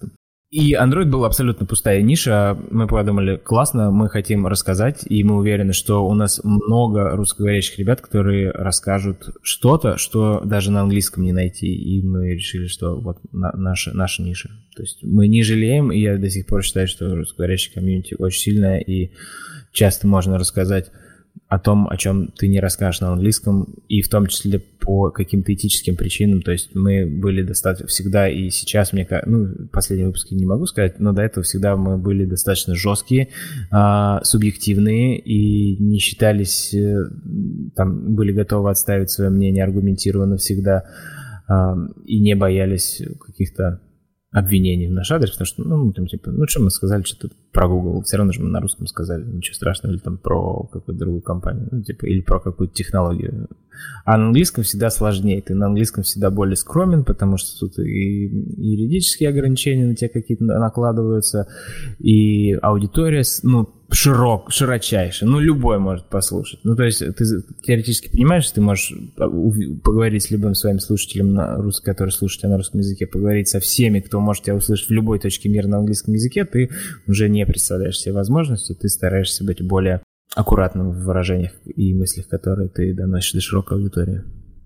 И Android был абсолютно пустая ниша. Мы подумали, классно, мы хотим рассказать, и мы уверены, что у нас много русскоговорящих ребят, которые расскажут что-то, что даже на английском не найти. И мы решили, что вот наша, наша ниша. То есть мы не жалеем, и я до сих пор считаю, что русскоговорящая комьюнити очень сильная, и часто можно рассказать о том, о чем ты не расскажешь на английском, и в том числе по каким-то этическим причинам. То есть мы были достаточно всегда, и сейчас, мне кажется, ну, последние выпуски не могу сказать, но до этого всегда мы были достаточно жесткие, а, субъективные, и не считались, там, были готовы отставить свое мнение аргументированно всегда, а, и не боялись каких-то обвинений в наш адрес, потому что, ну, там, типа, ну, что мы сказали, что-то про Google, все равно же мы на русском сказали, ничего страшного, или там про какую-то другую компанию, ну, типа, или про какую-то технологию. А на английском всегда сложнее, ты на английском всегда более скромен, потому что тут и, и юридические ограничения на тебя какие-то накладываются, и аудитория, ну, широк, широчайшая, ну, любой может послушать. Ну, то есть ты теоретически понимаешь, что ты можешь поговорить с любым своим слушателем, на рус... который слушает тебя на русском языке, поговорить со всеми, кто может тебя услышать в любой точке мира на английском языке, ты уже не представляешь себе возможности, ты стараешься быть более аккуратным в выражениях и мыслях, которые ты доносишь до широкой аудитории.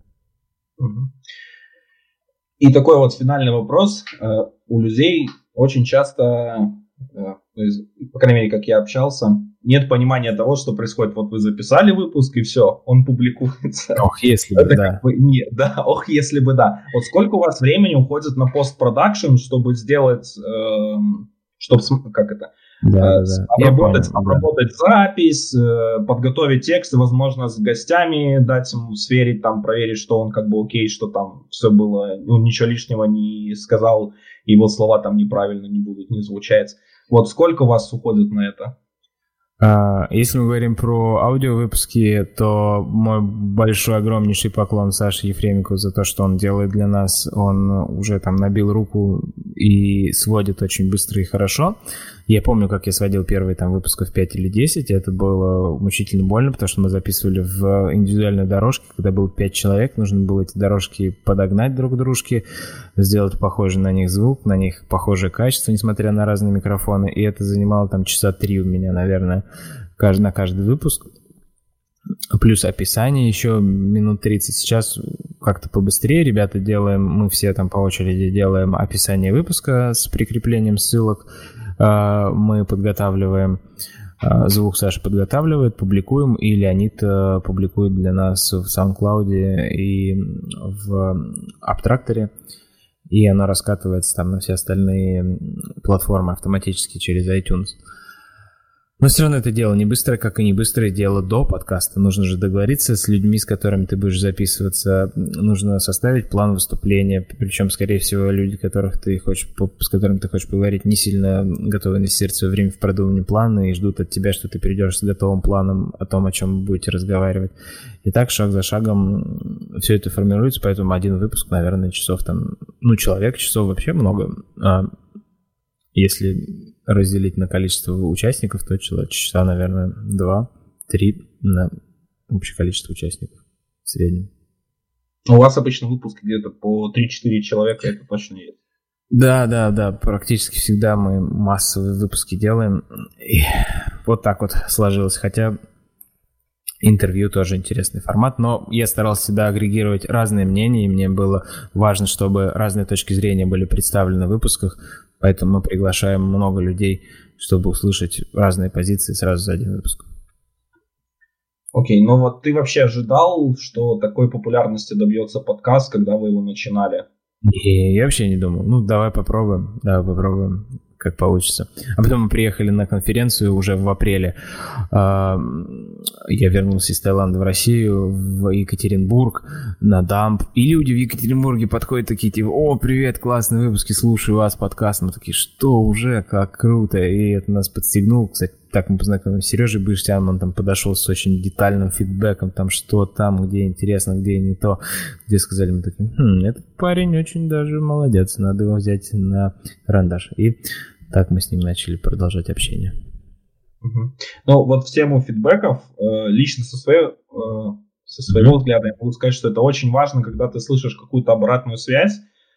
И такой вот финальный вопрос. У людей очень часто, по крайней мере, как я общался, нет понимания того, что происходит. Вот вы записали выпуск, и все, он публикуется. Ох, если бы, Это да. Как бы, не, да. Ох, если бы, да. Вот сколько у вас времени уходит на постпродакшн, чтобы сделать, э, чтобы, как это, да, э, да, обработать, понял, обработать да. запись, э, подготовить текст, возможно, с гостями дать ему сверить, там, проверить, что он как бы окей, что там все было, он ничего лишнего не сказал, его слова там неправильно не будут, не звучать. Вот сколько у вас уходит на это? Если мы говорим про аудиовыпуски, то мой большой, огромнейший поклон Саше Ефремику за то, что он делает для нас. Он уже там набил руку и сводит очень быстро и хорошо. Я помню, как я сводил первые там выпусков пять или десять, и это было мучительно больно, потому что мы записывали в индивидуальной дорожке, когда было пять человек, нужно было эти дорожки подогнать друг к дружке, сделать похожий на них звук, на них похожее качество, несмотря на разные микрофоны, и это занимало там часа три у меня, наверное, на каждый выпуск. Плюс описание еще минут тридцать. Сейчас как-то побыстрее ребята делаем, мы все там по очереди делаем описание выпуска с прикреплением ссылок. Мы подготавливаем, звук Саша подготавливает, публикуем, и Леонид публикует для нас в SoundCloud и в Аптракторе, и оно раскатывается там на все остальные платформы автоматически через iTunes. Но все равно это дело не быстрое, как и не быстрое дело до подкаста. Нужно же договориться с людьми, с которыми ты будешь записываться. Нужно составить план выступления. Причем, скорее всего, люди, которых ты хочешь, с которыми ты хочешь поговорить, не сильно готовы инвестировать свое время в продумывание плана и ждут от тебя, что ты придешь с готовым планом о том, о чем вы будете разговаривать. И так, шаг за шагом все это формируется. Поэтому один выпуск, наверное, часов там... Ну, человек, часов вообще много. А если разделить на количество участников, то часа, наверное, два-три на общее количество участников в среднем. У вас обычно выпуск где-то по три-четыре человека, это точно есть. Да, да, да, практически всегда мы массовые выпуски делаем. И вот так вот сложилось. Хотя интервью тоже интересный формат, но я старался всегда агрегировать разные мнения, и мне было важно, чтобы разные точки зрения были представлены в выпусках. Поэтому мы приглашаем много людей, чтобы услышать разные позиции сразу за один выпуск. Окей, okay, ну вот ты вообще ожидал, что такой популярности добьется подкаст, когда вы его начинали? Не, я вообще не думал. Ну, давай попробуем, давай попробуем, как получится. А потом мы приехали на конференцию уже в апреле. Я вернулся из Таиланда в Россию, в Екатеринбург, на дамп. И люди в Екатеринбурге подходят такие, типа, о, привет, классные выпуски, слушаю вас, подкаст. Мы такие, что уже, как круто. И это нас подстегнуло. Кстати, так мы познакомились с Сережей Быштяном, он там подошел с очень детальным фидбэком, там что там, где интересно, где не то. Где сказали мы такие, хм, этот парень очень даже молодец, надо его взять на карандаш. И так мы с ним начали продолжать общение. Угу. Ну, вот в тему фидбэков, э, лично со, своей, э, со своего mm-hmm. взгляда я могу сказать, что это очень важно, когда ты слышишь какую-то обратную связь,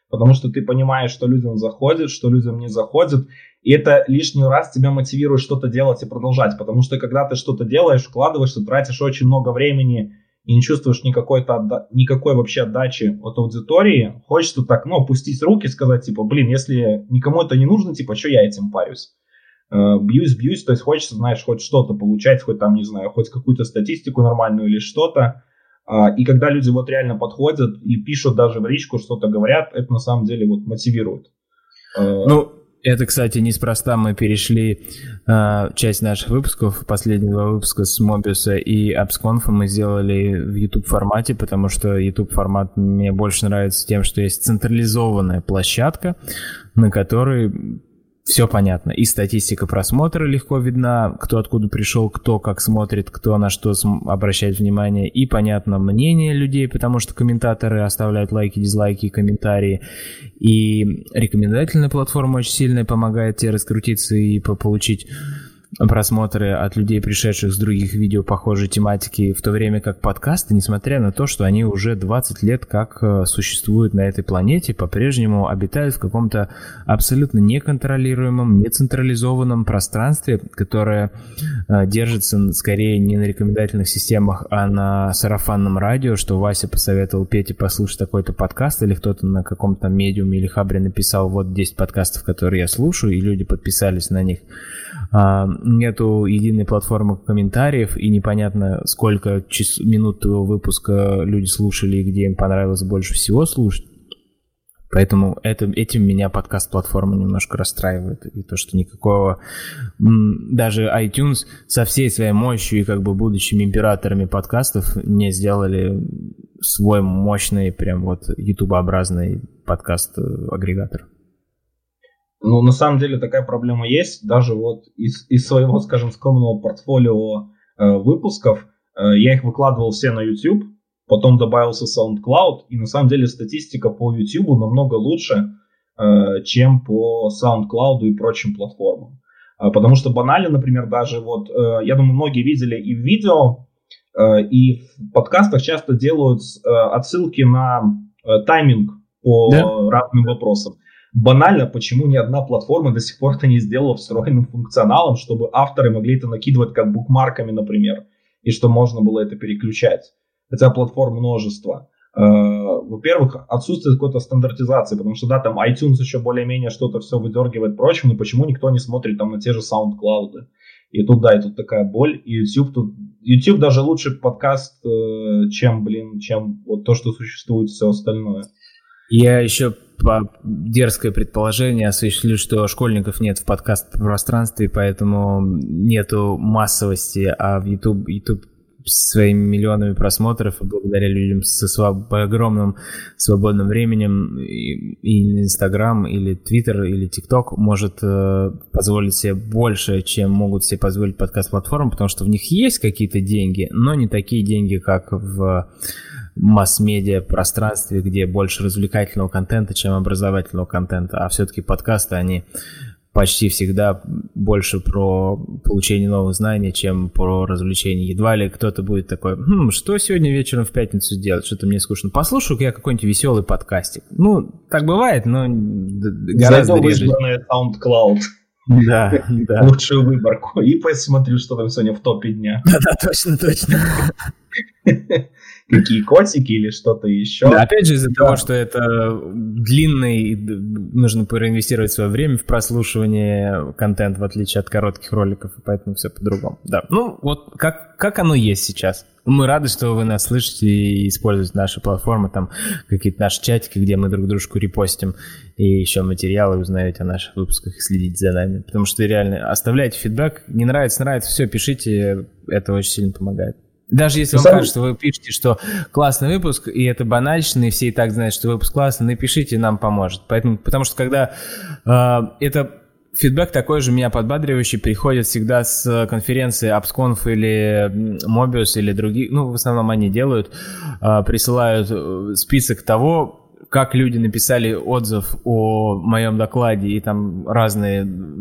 потому что ты понимаешь, что людям заходит, что людям не заходит, и это лишний раз тебя мотивирует что-то делать и продолжать, потому что когда ты что-то делаешь, вкладываешься, тратишь очень много времени и не чувствуешь никакой-то отда- никакой вообще отдачи от аудитории, хочется так, ну, опустить руки, сказать, типа, блин, если никому это не нужно, типа, что я этим парюсь? Бьюсь, бьюсь, то есть хочется, знаешь, хоть что-то получать, хоть там, не знаю, хоть какую-то статистику нормальную или что-то. И когда люди вот реально подходят и пишут даже в личку, что-то говорят, это на самом деле вот мотивирует. Ну, это, кстати, неспроста мы перешли э, часть наших выпусков, последнего выпуска с Mobius и AppsConf мы сделали в YouTube формате, потому что YouTube формат мне больше нравится тем, что есть централизованная площадка, на которой все понятно. И статистика просмотра легко видна, кто откуда пришел, кто как смотрит, кто на что обращает внимание. И понятно мнение людей, потому что комментаторы оставляют лайки, дизлайки, комментарии. И рекомендательная платформа очень сильно помогает тебе раскрутиться и получить просмотры от людей, пришедших с других видео похожей тематики, в то время как подкасты, несмотря на то, что они уже двадцать лет как существуют на этой планете, по-прежнему обитают в каком-то абсолютно неконтролируемом, нецентрализованном пространстве, которое держится скорее не на рекомендательных системах, а на сарафанном радио, что Вася посоветовал Пете послушать такой-то подкаст, или кто-то на каком-то медиуме или хабре написал вот десять подкастов, которые я слушаю, и люди подписались на них. Нету единой платформы комментариев, и непонятно, сколько час, минут твоего выпуска люди слушали, и где им понравилось больше всего слушать. Поэтому это, этим меня подкаст-платформа немножко расстраивает. И то, что никакого... Даже iTunes со всей своей мощью и как бы будущими императорами подкастов не сделали свой мощный, прям вот ютубообразный подкаст-агрегатор. Ну, на самом деле такая проблема есть. Даже вот из, из своего, скажем, скромного портфолио э, выпусков э, я их выкладывал все на YouTube, потом добавился SoundCloud, и на самом деле статистика по YouTube намного лучше, э, чем по SoundCloud и прочим платформам. Э, потому что банально, например, даже вот, э, я думаю, многие видели и в видео, э, и в подкастах часто делают э, отсылки на э, тайминг по да? разным вопросам. Банально, почему ни одна платформа до сих пор это не сделала встроенным функционалом, чтобы авторы могли это накидывать как букмарками, например, и что можно было это переключать. Хотя платформ множество. Во-первых, отсутствует какой-то стандартизации, потому что да, там iTunes еще более-менее что-то все выдергивает прочим, но почему никто не смотрит там на те же SoundCloud? И тут да, и тут такая боль. И YouTube тут... YouTube даже лучше подкаст, чем, блин, чем вот то, что существует все остальное. Я еще по дерзкое предположение осуществлю, что школьников нет в подкаст-пространстве, поэтому нету массовости, а в YouTube, YouTube своими миллионами просмотров и благодаря людям со своб... огромным свободным временем и Инстаграм, или Твиттер, или ТикТок может э, позволить себе больше, чем могут себе позволить подкаст-платформы, потому что в них есть какие-то деньги, но не такие деньги, как в масс-медиа пространстве, где больше развлекательного контента, чем образовательного контента, а все-таки подкасты, они почти всегда больше про получение новых знаний, чем про развлечение. Едва ли кто-то будет такой, хм, что сегодня вечером в пятницу делать, что-то мне скучно. Послушаю-ка я какой-нибудь веселый подкастик. Ну, так бывает, но гораздо Зайду реже. Зайду в избранное SoundCloud. Да, да. Лучшую выборку. И посмотрю, что там сегодня в топе дня. Да-да, точно, точно. Какие котики или что-то еще. Да, опять же, из-за да. того, что это длинный, нужно проинвестировать свое время в прослушивание контента, в отличие от коротких роликов, и поэтому все по-другому. Да. Ну, вот как, как оно есть сейчас. Мы рады, что вы нас слышите и используете наши платформы, там какие-то наши чатики, где мы друг дружку репостим, и еще материалы, узнаете о наших выпусках и следите за нами. Потому что реально оставляйте фидбэк. Не нравится, нравится, все, пишите, это очень сильно помогает. Даже если вам Сам... кажется, вы пишете, что классный выпуск, и это банально, и все и так знают, что выпуск классный, напишите, нам поможет. Поэтому, потому что когда э, это фидбэк такой же меня подбадривающий приходит всегда с конференции AppsConf или Mobius или других, ну, в основном они делают, э, присылают список того, как люди написали отзыв о моем докладе, и там разные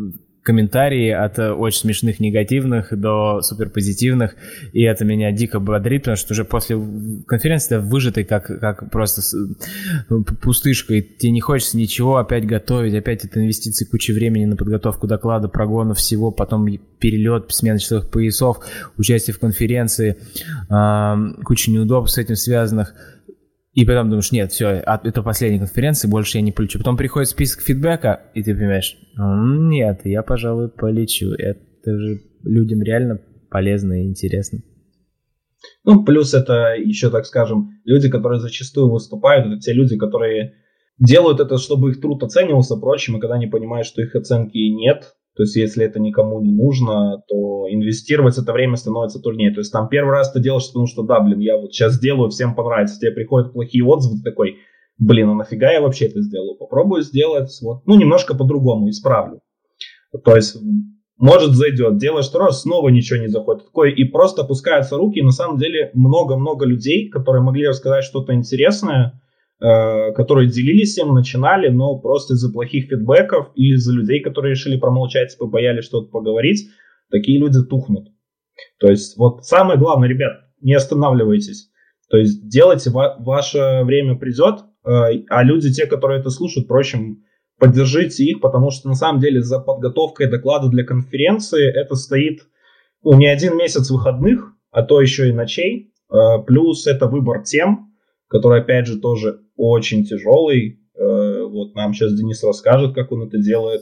комментарии от очень смешных негативных до супер позитивных, и это меня дико бодрит, потому что уже после конференции ты выжатый как, как просто пустышка, и тебе не хочется ничего опять готовить, опять это инвестиции, куча времени на подготовку доклада, прогона всего, потом перелет, смена часовых поясов, участие в конференции, куча неудобств с этим связанных. И потом думаешь, нет, все, это последняя конференция, больше я не полечу. Потом приходит список фидбэка, и ты понимаешь, нет, я, пожалуй, полечу. Это же людям реально полезно и интересно. Ну, плюс это еще, так скажем, люди, которые зачастую выступают, это те люди, которые делают это, чтобы их труд оценивался прочим, и когда они понимают, что их оценки нет, то есть если это никому не нужно, то инвестировать это время становится труднее. То есть там первый раз ты делаешь, потому что да, блин, я вот сейчас сделаю, всем понравится. Тебе приходят плохие отзывы, ты такой, блин, а нафига я вообще это сделаю? Попробую сделать, вот, ну немножко по-другому, исправлю. То есть может зайдет, делаешь второй раз, снова ничего не заходит. Такой, и просто опускаются руки, и на самом деле много-много людей, которые могли рассказать что-то интересное, которые делились им, начинали, но просто из-за плохих фидбэков или из-за людей, которые решили промолчать, побоялись что-то поговорить, такие люди тухнут. То есть вот самое главное, ребят, не останавливайтесь. То есть делайте, ва- ваше время придет, э, а люди, те, которые это слушают, впрочем, поддержите их, потому что на самом деле за подготовкой доклада для конференции это стоит ну, не один месяц выходных, а то еще и ночей, э, плюс это выбор тем, который, опять же, тоже очень тяжелый. Вот нам сейчас Денис расскажет, как он это делает.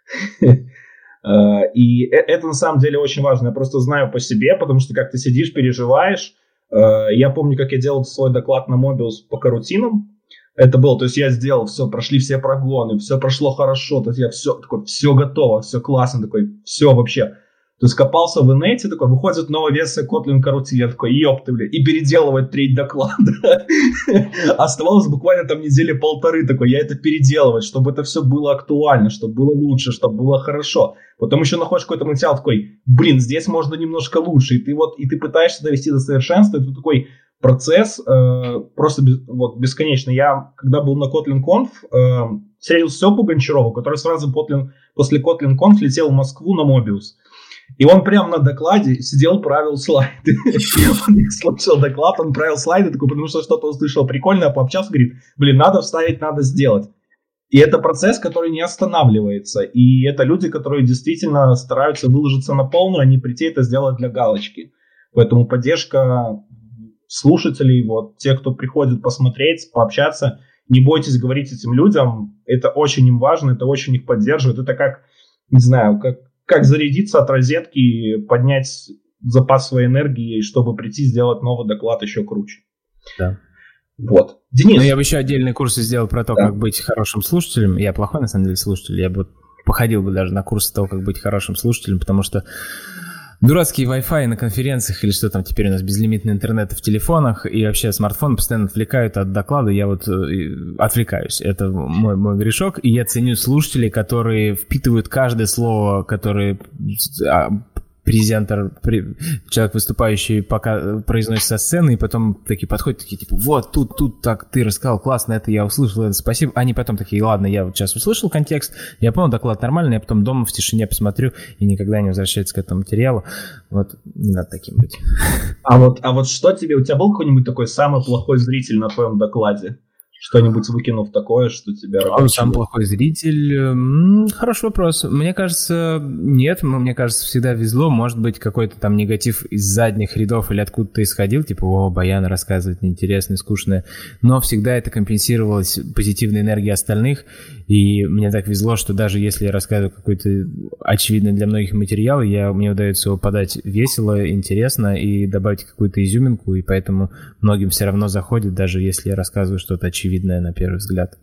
И это на самом деле очень важно. Я просто знаю по себе, потому что как ты сидишь, переживаешь. Я помню, как я делал свой доклад на Mobius по карутинам. Это было, то есть я сделал все, прошли все прогоны, все прошло хорошо, то есть я все, такой, все готово, все классно, такой, все вообще. То есть копался в инете, такой, выходит новая версия Kotlin Coroutine, я такой, ёпты, бля, и переделывать треть доклада. Оставалось буквально там недели полторы, такой, я это переделывать, чтобы это все было актуально, чтобы было лучше, чтобы было хорошо. Потом еще находишь какой-то материал, такой, блин, здесь можно немножко лучше, и ты вот, и ты пытаешься довести до совершенства, это такой процесс э, просто без, вот, бесконечный. Я, когда был на KotlinConf, э, встретился с Степой Гончаровым, который сразу Kotlin, после KotlinConf летел в Москву на Mobius. И он прямо на докладе сидел, правил слайды. Он не слушал доклад, он правил слайды, такой, потому что что-то услышал прикольное, пообщался, говорит, блин, надо вставить, надо сделать. И это процесс, который не останавливается. И это люди, которые действительно стараются выложиться на полную, а не прийти это сделать для галочки. Поэтому поддержка слушателей, вот те, кто приходит посмотреть, пообщаться, не бойтесь говорить этим людям. Это очень им важно, это очень их поддерживает. Это как, не знаю, как как зарядиться от розетки, поднять запас своей энергии, чтобы прийти сделать новый доклад еще круче. Да. Вот. Денис. Ну, я бы еще отдельные курсы сделал про то, да. как быть хорошим слушателем. Я плохой, на самом деле, слушатель. Я бы походил бы даже на курсы того, как быть хорошим слушателем, потому что дурацкие Wi-Fi на конференциях или что там теперь у нас безлимитный интернет в телефонах и вообще смартфон постоянно отвлекают от доклада. Я вот отвлекаюсь. Это мой, мой грешок. И я ценю слушателей, которые впитывают каждое слово, которое презентер, человек выступающий пока произносит со сцены, и потом такие подходят, такие типа, вот, тут, тут, так, ты рассказал, классно, это я услышал, это спасибо. Они потом такие, ладно, я вот сейчас услышал контекст, я понял, доклад нормальный, я потом дома в тишине посмотрю и никогда не возвращаются к этому материалу. Вот, не надо таким быть. А вот, а вот что тебе, у тебя был какой-нибудь такой самый плохой зритель на твоем докладе? Что-нибудь выкинув такое, что тебя... А сам плохой зритель? М-м, хороший вопрос. Мне кажется, нет. Мне кажется, всегда везло. Может быть, какой-то там негатив из задних рядов или откуда-то исходил. Типа, о, Баян рассказывает неинтересное, скучное. Но всегда это компенсировалось позитивной энергией остальных. И мне так везло, что даже если я рассказываю какой-то очевидный для многих материал, я, мне удается его подать весело, интересно и добавить какую-то изюминку. И поэтому многим все равно заходит, даже если я рассказываю что-то очевидное. Видное на первый взгляд.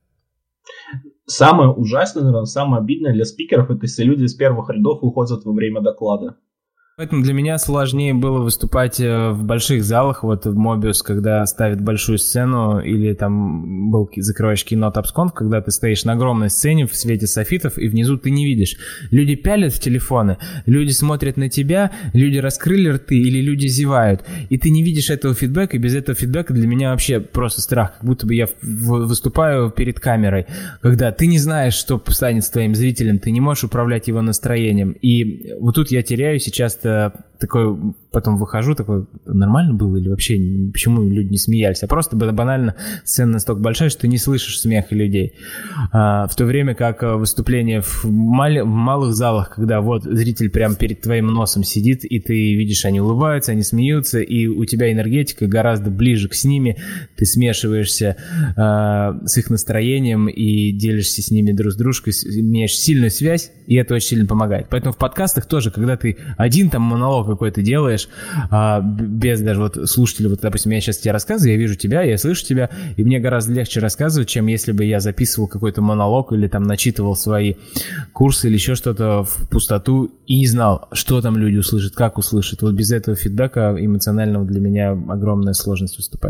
Самое ужасное, наверное, самое обидное для спикеров, это если люди из первых рядов уходят во время доклада. Поэтому для меня сложнее было выступать в больших залах, вот в Mobius, когда ставят большую сцену, или там был закрываешь кино TabsConf, когда ты стоишь на огромной сцене в свете софитов, и внизу ты не видишь. Люди пялят в телефоны, люди смотрят на тебя, люди раскрыли рты или люди зевают, и ты не видишь этого фидбэка, и без этого фидбэка для меня вообще просто страх, как будто бы я выступаю перед камерой, когда ты не знаешь, что станет с твоим зрителем, ты не можешь управлять его настроением, и вот тут я теряю сейчас такой, потом выхожу, такой, нормально было или вообще, почему люди не смеялись? А просто банально сцена настолько большая, что ты не слышишь смеха людей. А, в то время как выступление в, мал- в малых залах, когда вот зритель прямо перед твоим носом сидит, и ты видишь, они улыбаются, они смеются, и у тебя энергетика гораздо ближе к с ними, ты смешиваешься а, с их настроением и делишься с ними друг с дружкой, имеешь сильную связь, и это очень сильно помогает. Поэтому в подкастах тоже, когда ты один там монолог какой-то делаешь, а, без даже вот слушателя, вот, допустим, я сейчас тебе рассказываю, я вижу тебя, я слышу тебя, и мне гораздо легче рассказывать, чем если бы я записывал какой-то монолог или там начитывал свои курсы или еще что-то в пустоту и не знал, что там люди услышат, как услышат. Вот без этого фидбэка эмоционального для меня огромная сложность выступать.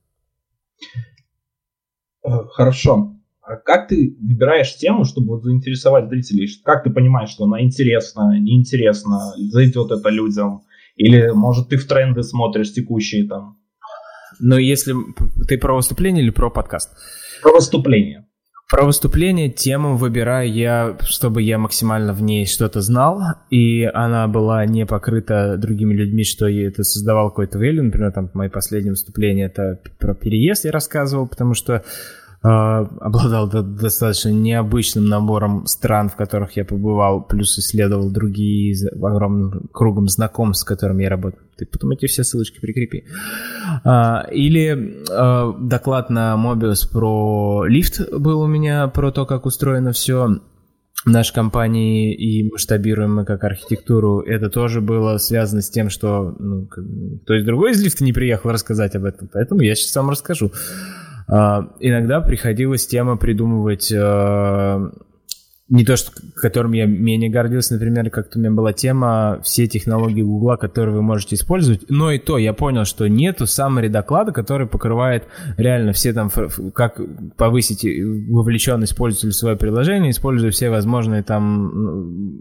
Хорошо. А как ты выбираешь тему, чтобы вот заинтересовать зрителей? Как ты понимаешь, что она интересна, неинтересна, зайдет это людям? Или, может, ты в тренды смотришь текущие там? Ну, если ты про выступление или про подкаст? Про выступление. Про выступление тему выбираю я, чтобы я максимально в ней что-то знал, и она была не покрыта другими людьми, что это создавало какой-то value. Например, там мои последние выступления — это про переезд я рассказывал, потому что обладал достаточно необычным набором стран, в которых я побывал, плюс исследовал другие огромным кругом знакомств, с которыми я работаю. Ты потом эти все ссылочки прикрепи. Или доклад на Mobius про лифт был у меня, про то, как устроено все в нашей компании и масштабируем мы как архитектуру. Это тоже было связано с тем, что ну, кто из другой из лифта не приехал рассказать об этом, поэтому я сейчас вам расскажу. Uh, иногда приходилось тему придумывать uh, не то, что, которым я менее гордился, например, как-то у меня была тема все технологии Гугла, которые вы можете использовать, но и то я понял, что нету summary доклада, который покрывает реально все там, как повысить вовлеченность пользователя в свое приложение, используя все возможные там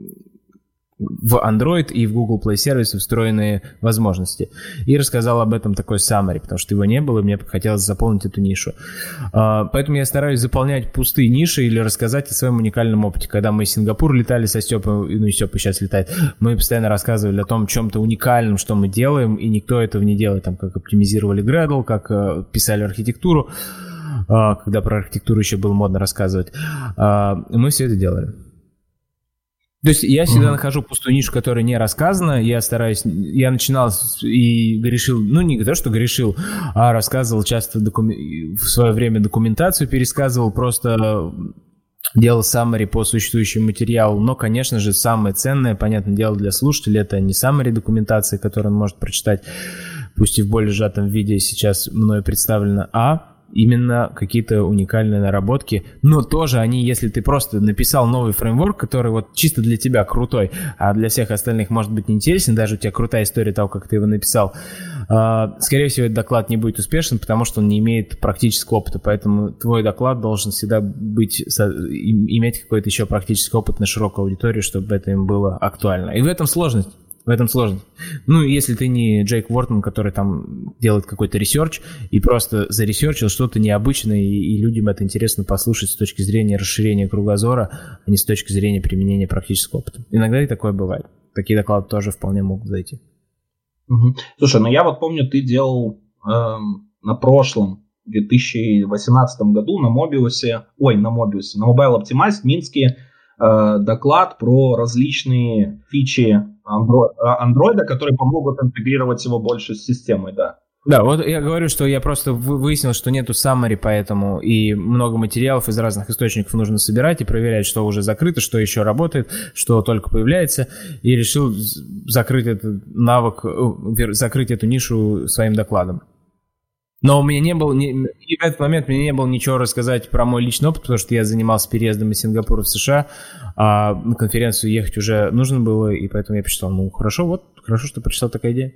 в Android и в Google Play сервисы встроенные возможности. И рассказал об этом такой summary, потому что его не было, и мне хотелось заполнить эту нишу. Поэтому я стараюсь заполнять пустые ниши или рассказать о своем уникальном опыте. Когда мы в Сингапур летали со Степой, ну и Степа сейчас летает, мы постоянно рассказывали о том, чем-то уникальном, что мы делаем, и никто этого не делает. Там, как оптимизировали Gradle, как писали архитектуру, когда про архитектуру еще было модно рассказывать. Мы все это делали. То есть я всегда mm-hmm. нахожу пустую нишу, которая не рассказана, я стараюсь, я начинал и грешил, ну не то, что грешил, а рассказывал часто докуми- в свое время документацию, пересказывал, просто делал summary по существующему материалу, но, конечно же, самое ценное, понятное дело, для слушателя, это не summary документации, которую он может прочитать, пусть и в более сжатом виде сейчас мною представлено, а именно какие-то уникальные наработки, но тоже они, если ты просто написал новый фреймворк, который вот чисто для тебя крутой, а для всех остальных может быть неинтересен, даже у тебя крутая история того, как ты его написал, скорее всего, этот доклад не будет успешен, потому что он не имеет практического опыта, поэтому твой доклад должен всегда быть, иметь какой-то еще практический опыт на широкую аудиторию, чтобы это им было актуально. И в этом сложность. В этом сложность. Ну, если ты не Джейк Уортман, который там делает какой-то ресерч и просто заресерчил что-то необычное, и, и людям это интересно послушать с точки зрения расширения кругозора, а не с точки зрения применения практического опыта. Иногда и такое бывает. Такие доклады тоже вполне могут зайти. Угу. Слушай, ну я вот помню, ты делал эм, на прошлом, в две тысячи восемнадцатом году на Mobius, ой, на Mobius, на Mobile Optimize в Минске э, доклад про различные фичи Андроида, которые помогут интегрировать его больше с системой, да. Да, вот я говорю, что я просто выяснил, что нету summary, поэтому и много материалов из разных источников нужно собирать и проверять, что уже закрыто, что еще работает, что только появляется, и решил закрыть этот навык, закрыть эту нишу своим докладом. Но у меня не было, не, и в этот момент мне не было ничего рассказать про мой личный опыт, потому что я занимался переездом из Сингапура в США, а на конференцию ехать уже нужно было, и поэтому я посчитал, ну хорошо, вот, хорошо, что пришла такая идея.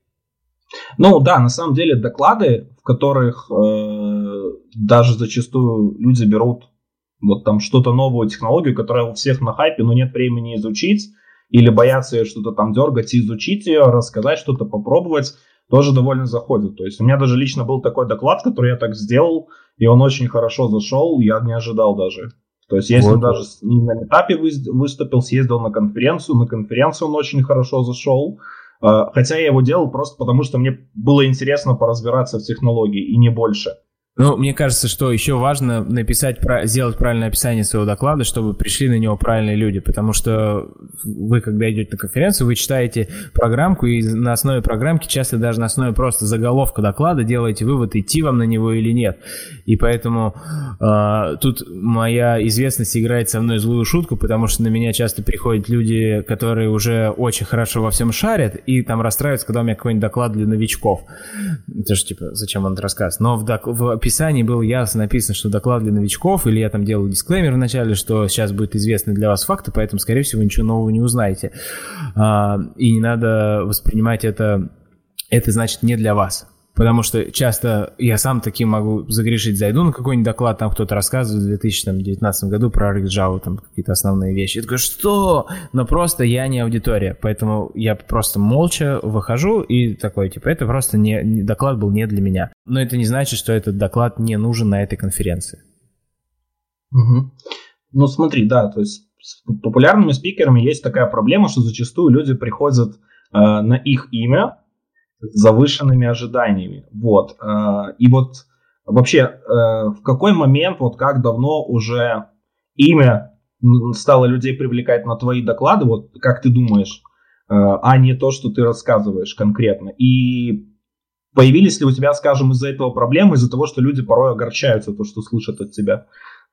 Ну да, на самом деле доклады, в которых э, даже зачастую люди берут вот там что-то новую технологию, которая у всех на хайпе, но нет времени изучить, или боятся ее что-то там дергать и изучить ее, рассказать что-то, попробовать, тоже довольно заходит. То есть у меня даже лично был такой доклад, который я так сделал, и он очень хорошо зашел, я не ожидал даже. То есть я с ним вот. даже на метапе выступил, съездил на конференцию, на конференцию он очень хорошо зашел. Хотя я его делал просто потому, что мне было интересно поразбираться в технологии, и не больше. Ну, мне кажется, что еще важно написать, сделать правильное описание своего доклада, чтобы пришли на него правильные люди, потому что вы, когда идете на конференцию, вы читаете программку, и на основе программки, часто даже на основе просто заголовка доклада делаете вывод, идти вам на него или нет. И поэтому э, тут моя известность играет со мной злую шутку, потому что на меня часто приходят люди, которые уже очень хорошо во всем шарят, и там расстраиваются, когда у меня какой-нибудь доклад для новичков. Это же типа, зачем он это рассказывает? Но в, док- в описании было ясно написано, что доклад для новичков, или я там делал дисклеймер в начале, что сейчас будет известны для вас факты, поэтому, скорее всего, вы ничего нового не узнаете. А, и не надо воспринимать это, это значит не для вас. Потому что часто я сам таким могу загрешить, зайду на какой-нибудь доклад, там кто-то рассказывает в две тысячи девятнадцатом году про RxJava, там какие-то основные вещи. Я такой, что? Но просто я не аудитория, поэтому я просто молча выхожу и такой, типа, это просто не, не, доклад был не для меня. Но это не значит, что этот доклад не нужен на этой конференции. Угу. Ну смотри, да, то есть с популярными спикерами есть такая проблема, что зачастую люди приходят э, на их имя, с завышенными ожиданиями. Вот. И вот вообще, в какой момент, вот как давно уже имя стало людей привлекать на твои доклады, вот как ты думаешь, а не то, что ты рассказываешь конкретно? И появились ли у тебя, скажем, из-за этого проблемы, из-за того, что люди порой огорчаются, то, что слышат от тебя?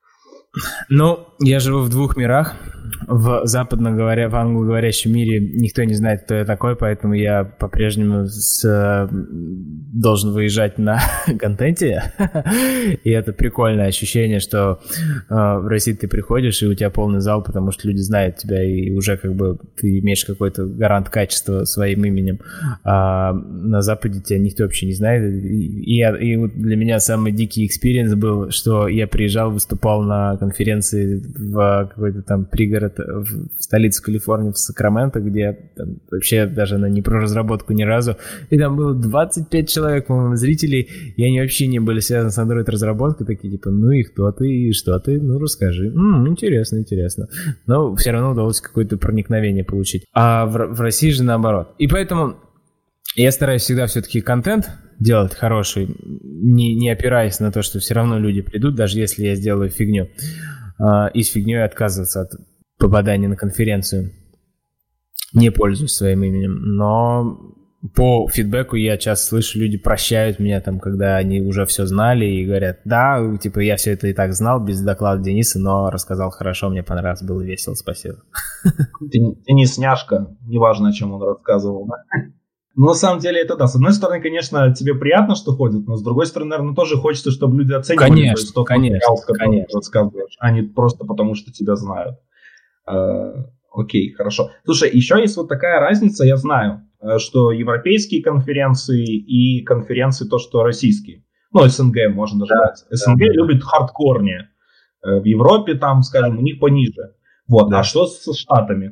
Ну, я живу в двух мирах. В западно говоря, в англоговорящем мире никто не знает, кто я такой, поэтому я по-прежнему с, должен выезжать на контенте. И это прикольное ощущение, что э, в России ты приходишь, и у тебя полный зал, потому что люди знают тебя, и уже как бы ты имеешь какой-то гарант качества своим именем. А на Западе тебя никто вообще не знает. И, и, и для меня самый дикий экспириенс был, что я приезжал, выступал на конференции в какой-то там пригород в столице Калифорнии, в Сакраменто, где там, вообще даже она не про разработку ни разу, и там было двадцать пять человек, по-моему, зрителей, и они вообще не были связаны с Android-разработкой, такие типа, ну и кто ты, и что ты, ну расскажи. М-м, интересно, интересно. Но все равно удалось какое-то проникновение получить. А в, в России же наоборот. И поэтому я стараюсь всегда все-таки контент делать хороший, не, не опираясь на то, что все равно люди придут, даже если я сделаю фигню. И с фигней отказываться от попадания на конференцию. Не пользуюсь своим именем. Но по фидбэку я часто слышу, люди прощают меня, там, когда они уже все знали и говорят, да, типа я все это и так знал без доклада Дениса, но рассказал хорошо, мне понравилось, было весело, спасибо. Денис няшка, неважно, о чем он рассказывал, да? Ну, на самом деле, это да. С одной стороны, конечно, тебе приятно, что ходят, но с другой стороны, наверное, тоже хочется, чтобы люди оценивали. Конечно, то есть, тот конечно, материал, с которым конечно. ты рассказываешь, а не просто потому, что тебя знают. Uh, окей, хорошо. Слушай, еще есть вот такая разница, я знаю, что европейские конференции и конференции то, что российские. Ну, СНГ можно даже брать. Да, СНГ да, любит хардкорнее. В Европе там, скажем, у них пониже. Вот, да. А что с Штатами?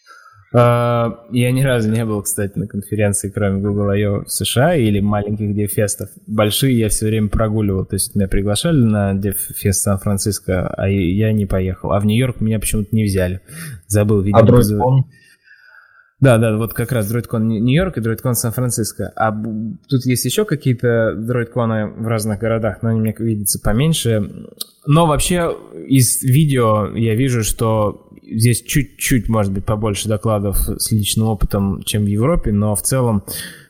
Uh, я ни разу не был, кстати, на конференции, кроме Google ай о в США или маленьких DevFest'ов. Большие я все время прогуливал. То есть меня приглашали на DevFest Сан-Франциско, а я не поехал. А в Нью-Йорк меня почему-то не взяли. Забыл, видимо. А DroidCon? Да, да, вот как раз DroidCon Нью-Йорк и DroidCon Сан-Франциско. А тут есть еще какие-то DroidCon'ы в разных городах, но они мне видятся поменьше. Но вообще из видео я вижу, что здесь чуть-чуть, может быть, побольше докладов с личным опытом, чем в Европе, но в целом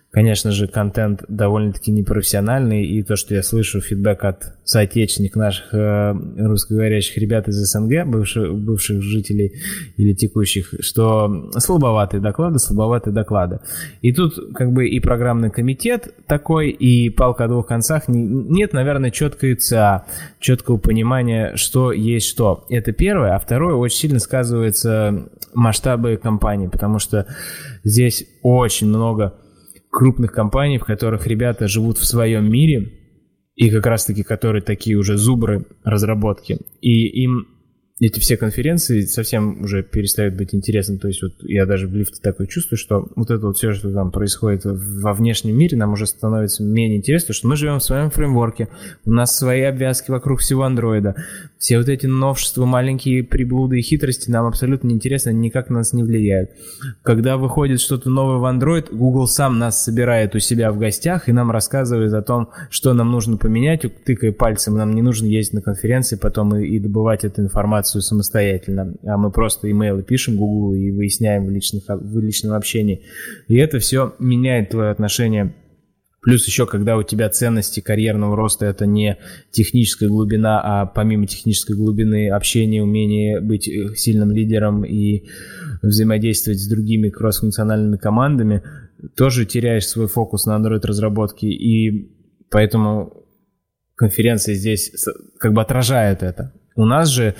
конечно же, контент довольно-таки непрофессиональный, и то, что я слышу фидбэк от соотечественников наших э, русскоговорящих ребят из СНГ, бывших, бывших жителей или текущих, что слабоватые доклады, слабоватые доклады. И тут как бы и программный комитет такой, и палка о двух концах. Нет, наверное, четкой ЦА, четкого понимания, что есть что. Это первое. А второе, очень сильно сказываются масштабы компаний, потому что здесь очень много крупных компаний, в которых ребята живут в своем мире, и как раз-таки которые такие уже зубры разработки. И им эти все конференции совсем уже перестают быть интересны. То есть вот я даже в лифте такое чувствую, что вот это вот все, что там происходит во внешнем мире, нам уже становится менее интересно, потому что мы живем в своем фреймворке, у нас свои обвязки вокруг всего андроида. Все вот эти новшества, маленькие приблуды и хитрости нам абсолютно не интересны, они никак на нас не влияют. Когда выходит что-то новое в Android, Google сам нас собирает у себя в гостях и нам рассказывает о том, что нам нужно поменять, тыкая пальцем, нам не нужно ездить на конференции потом и, и добывать эту информацию самостоятельно, а мы просто имейлы пишем Google и выясняем в, личных, в личном общении. И это все меняет твое отношение. Плюс еще, когда у тебя ценности карьерного роста, это не техническая глубина, а помимо технической глубины общение, умение быть сильным лидером и взаимодействовать с другими кроссфункциональными командами, тоже теряешь свой фокус на Android-разработке, и поэтому конференция здесь как бы отражает это. У нас же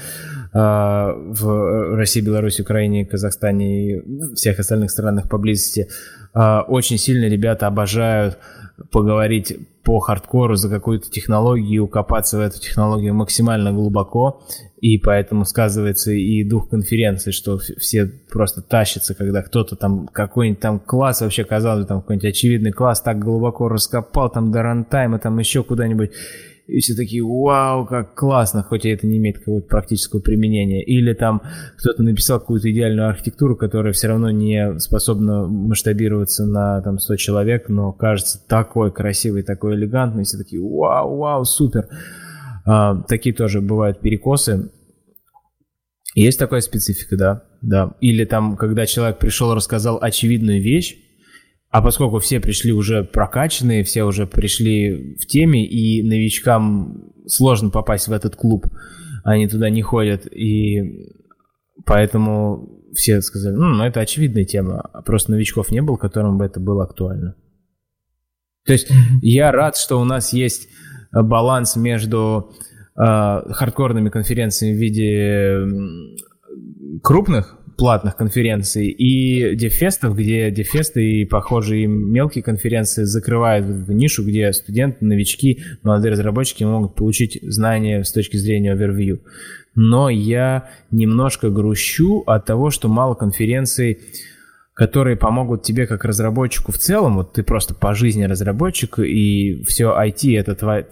в России, Беларуси, Украине, Казахстане и всех остальных странах поблизости очень сильно ребята обожают поговорить по хардкору за какую-то технологию, укопаться в эту технологию максимально глубоко, и поэтому сказывается и дух конференции, что все просто тащатся, когда кто-то там, какой-нибудь там класс, вообще казалось бы, там какой-нибудь очевидный класс так глубоко раскопал, там до рантайма, там еще куда-нибудь. И все такие, вау, как классно, хоть и это не имеет какого-то практического применения. Или там кто-то написал какую-то идеальную архитектуру, которая все равно не способна масштабироваться на там, сто человек, но кажется такой красивый, такой элегантный. Все такие, вау, вау, супер. А, такие тоже бывают перекосы. Есть такая специфика, да, да. Или там, когда человек пришел и рассказал очевидную вещь, а поскольку все пришли уже прокачанные, все уже пришли в теме, и новичкам сложно попасть в этот клуб, они туда не ходят, и поэтому все сказали, ну, это очевидная тема, а просто новичков не было, которым бы это было актуально. То есть я рад, что у нас есть баланс между э, хардкорными конференциями в виде крупных, платных конференций и дефестов, где дефесты и похожие мелкие конференции закрывают эту нишу, где студенты, новички, молодые разработчики могут получить знания с точки зрения овервью. Но я немножко грущу от того, что мало конференций, которые помогут тебе как разработчику в целом. Вот ты просто по жизни разработчик, и все ай ти — это твой,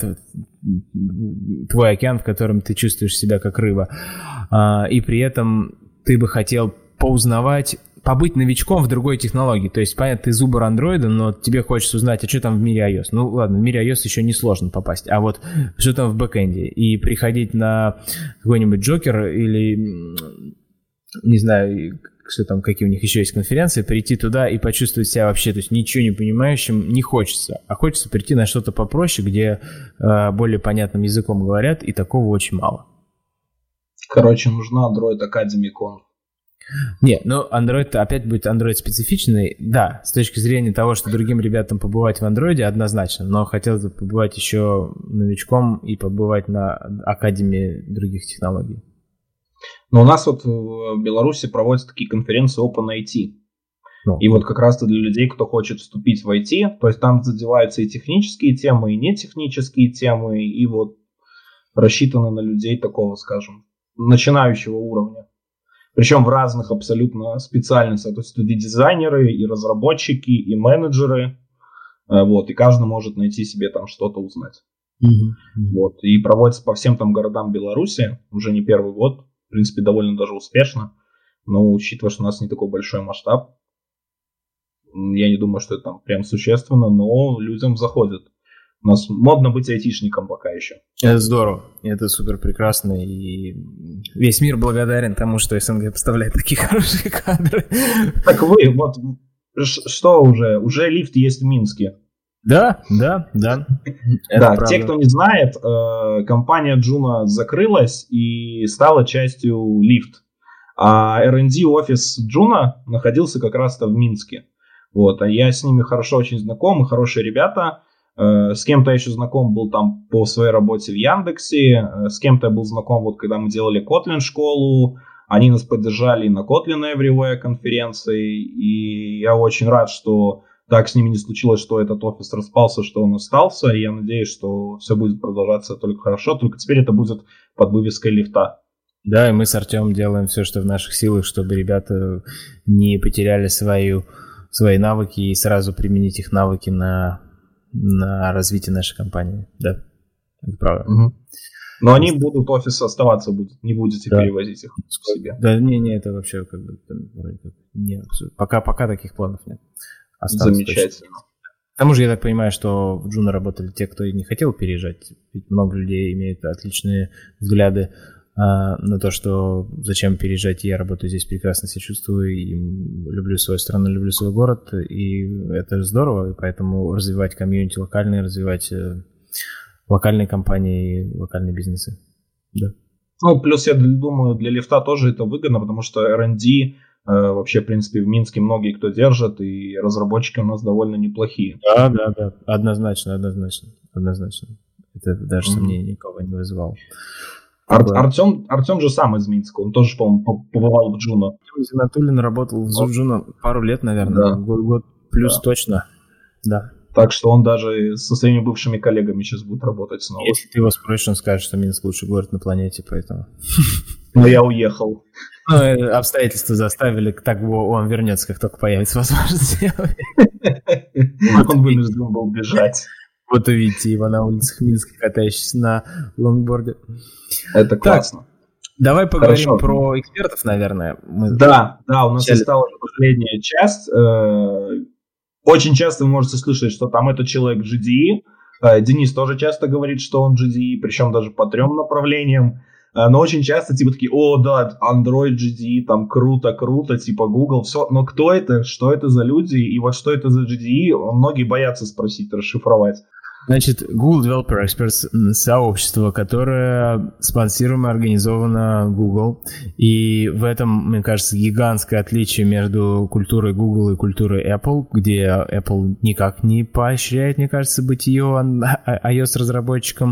твой океан, в котором ты чувствуешь себя как рыба. И при этом ты бы хотел поузнавать, побыть новичком в другой технологии. То есть, понятно, ты зубр андроида, но тебе хочется узнать, а что там в мире iOS. Ну, ладно, в мире iOS еще не сложно попасть, а вот что там в бэкэнде. И приходить на какой-нибудь Джокер или, не знаю, что там, какие у них еще есть конференции, прийти туда и почувствовать себя вообще, то есть ничего не понимающим не хочется. А хочется прийти на что-то попроще, где э, более понятным языком говорят, и такого очень мало. Короче, нужна Android Academy Conf. Не, ну Android опять будет Android специфичный. Да, с точки зрения того, что другим ребятам побывать в Android однозначно, но хотелось бы побывать еще новичком и побывать на Академии других технологий. Но у нас вот в Беларуси проводятся такие конференции Open ай ти. Ну. И вот как раз-то для людей, кто хочет вступить в ай ти, то есть там задеваются и технические темы, и нетехнические темы, и вот рассчитаны на людей такого, скажем, начинающего уровня. Причем в разных абсолютно специальностях. То есть это и дизайнеры, и разработчики, и менеджеры. Вот, и каждый может найти себе там что-то узнать. Mm-hmm. Вот, и проводится по всем там городам Беларуси. Уже не первый год. В принципе, довольно даже успешно. Но учитывая, что у нас не такой большой масштаб, я не думаю, что это там прям существенно, но людям заходит. У нас модно быть айтишником пока еще. Это здорово, это супер прекрасно, и весь мир благодарен тому, что СНГ поставляет такие хорошие кадры. Так вы, вот что уже? Уже лифт есть в Минске. Да, да, да. Да, те, кто не знает, компания Juno закрылась и стала частью Lyft. А эр энд ди офис Juno находился как раз-то в Минске. Вот, а я с ними хорошо очень знаком, хорошие ребята. С кем-то я еще знаком был там по своей работе в Яндексе. С кем-то я был знаком, вот когда мы делали Kotlin школу. Они нас поддержали на Kotlin Everywhere конференции. И я очень рад, что так с ними не случилось, что этот офис распался, что он остался. И я надеюсь, что все будет продолжаться только хорошо. Только теперь это будет под вывеской лифта. Да, и мы с Артемом делаем все, что в наших силах, чтобы ребята не потеряли свою, свои навыки и сразу применить их навыки на, на развитие нашей компании. Да, это правда. Угу. Но они будут, офис оставаться будут, не будете да. перевозить их к себе. Да, не, не, это вообще как бы не, пока, пока таких планов нет. Осталось замечательно. Точно. К тому же я так понимаю, что в Juno работали те, кто и не хотел переезжать. Ведь много людей имеют отличные взгляды на то, что зачем переезжать, я работаю здесь, прекрасно себя чувствую, и люблю свою страну, люблю свой город, и это здорово, и поэтому развивать комьюнити локальные, развивать локальные компании, локальные бизнесы. Да. Ну, плюс, я думаю, для лифта тоже это выгодно, потому что эр энд ди вообще, в принципе, в Минске многие кто держат, и разработчики у нас довольно неплохие. Да, да, да, однозначно, однозначно, однозначно. Это даже mm-hmm. сомнений никого не вызывало. Ар- Артем, Артем же сам из Минска, он тоже, по-моему, побывал в Juno. Зинатуллин работал в Juno пару лет, наверное, да. год, год плюс да. точно, да. Так что он даже со своими бывшими коллегами сейчас будет работать снова. Если ты его спросишь, он скажет, что Минск лучший город на планете, поэтому... Но я уехал. Ну, обстоятельства заставили, так он вернется, как только появится возможность. Он вынужден был бежать. Вот увидите его на улицах Минска, катающийся на лонгборде. Это классно. Так, давай поговорим Хорошо. про экспертов, наверное. Мы да, да, у нас Начали. осталась последняя часть. Очень часто вы можете слышать, что там этот человек джи ди и. Денис тоже часто говорит, что он джи ди и, причем даже по трем направлениям. Но очень часто типа такие, о, да, Android джи ди и, там круто, круто, типа Google, все. Но кто это, что это за люди и вот что это за джи ди и, многие боятся спросить, расшифровать. Значит, Google Developer Experts — сообщество, которое спонсируемо организовано Google. И в этом, мне кажется, гигантское отличие между культурой Google и культурой Apple, где Apple никак не поощряет, мне кажется, быть ее iOS-разработчиком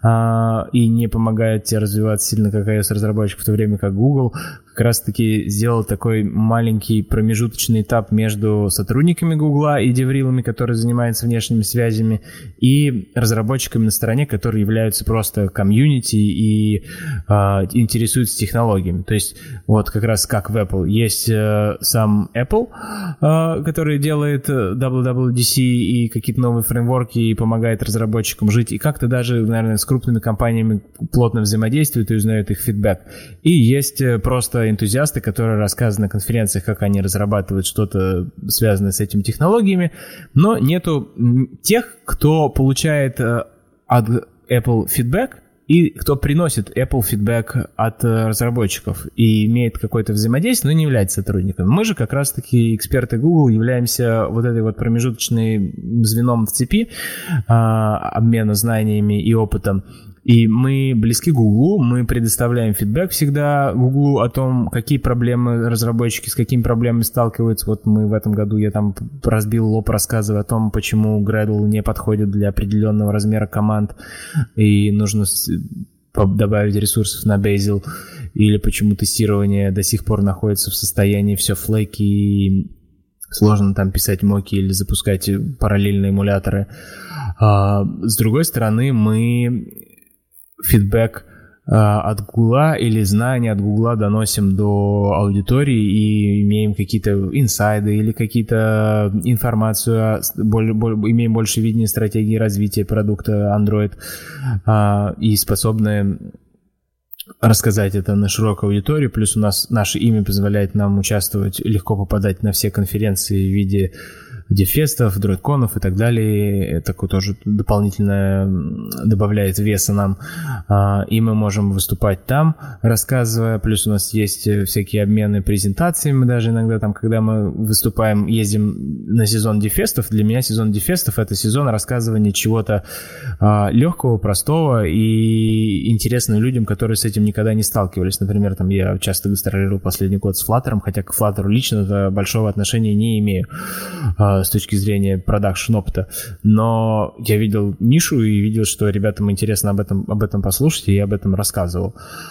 а, и не помогает тебе развиваться сильно как iOS-разработчик, в то время как Google как раз-таки сделал такой маленький промежуточный этап между сотрудниками Google и деврилами, которые занимаются внешними связями, и разработчиками на стороне, которые являются просто комьюнити и э, интересуются технологиями. То есть вот как раз как в Apple есть э, сам Apple, э, который делает дабл ю дабл ю ди си и какие-то новые фреймворки и помогает разработчикам жить, и как-то даже, наверное, с крупными компаниями плотно взаимодействует и узнает их фидбэк. И есть просто энтузиасты, которые рассказывают на конференциях, как они разрабатывают что-то связанное с этими технологиями, но нету тех, кто получает э, от Apple фидбэк и кто приносит Apple фидбэк от э, разработчиков и имеет какое-то взаимодействие, но не является сотрудником. Мы же как раз-таки эксперты Google являемся вот этой вот промежуточным звеном в цепи э, обмена знаниями и опытом. И мы близки к Google, мы предоставляем фидбэк всегда Google о том, какие проблемы разработчики, с какими проблемами сталкиваются. Вот мы в этом году, я там разбил лоб, рассказывая о том, почему Gradle не подходит для определенного размера команд, и нужно добавить ресурсов на Bazel, или почему тестирование до сих пор находится в состоянии все флейки, и сложно там писать моки или запускать параллельные эмуляторы. А, с другой стороны, мы фидбэк э, от Гугла или знания от Гугла доносим до аудитории и имеем какие-то инсайды или какие-то информацию, более, более, имеем больше видения стратегии развития продукта Android э, и способны рассказать это на широкой аудитории. Плюс у нас наше имя позволяет нам участвовать, легко попадать на все конференции в виде дефестов, дроидконов и так далее. Такое тоже дополнительно добавляет веса нам. И мы можем выступать там, рассказывая. Плюс у нас есть всякие обмены презентациями. Мы даже иногда там, когда мы выступаем, ездим на сезон дефестов. Для меня сезон дефестов — это сезон рассказывания чего-то легкого, простого и интересного людям, которые с этим никогда не сталкивались. Например, там я часто гастролировал последний год с Flutter, хотя к Flutter лично большого отношения не имею с точки зрения продакшн-опыта. Но я видел нишу и видел, что ребятам интересно об этом, об этом послушать, и я об этом рассказывал.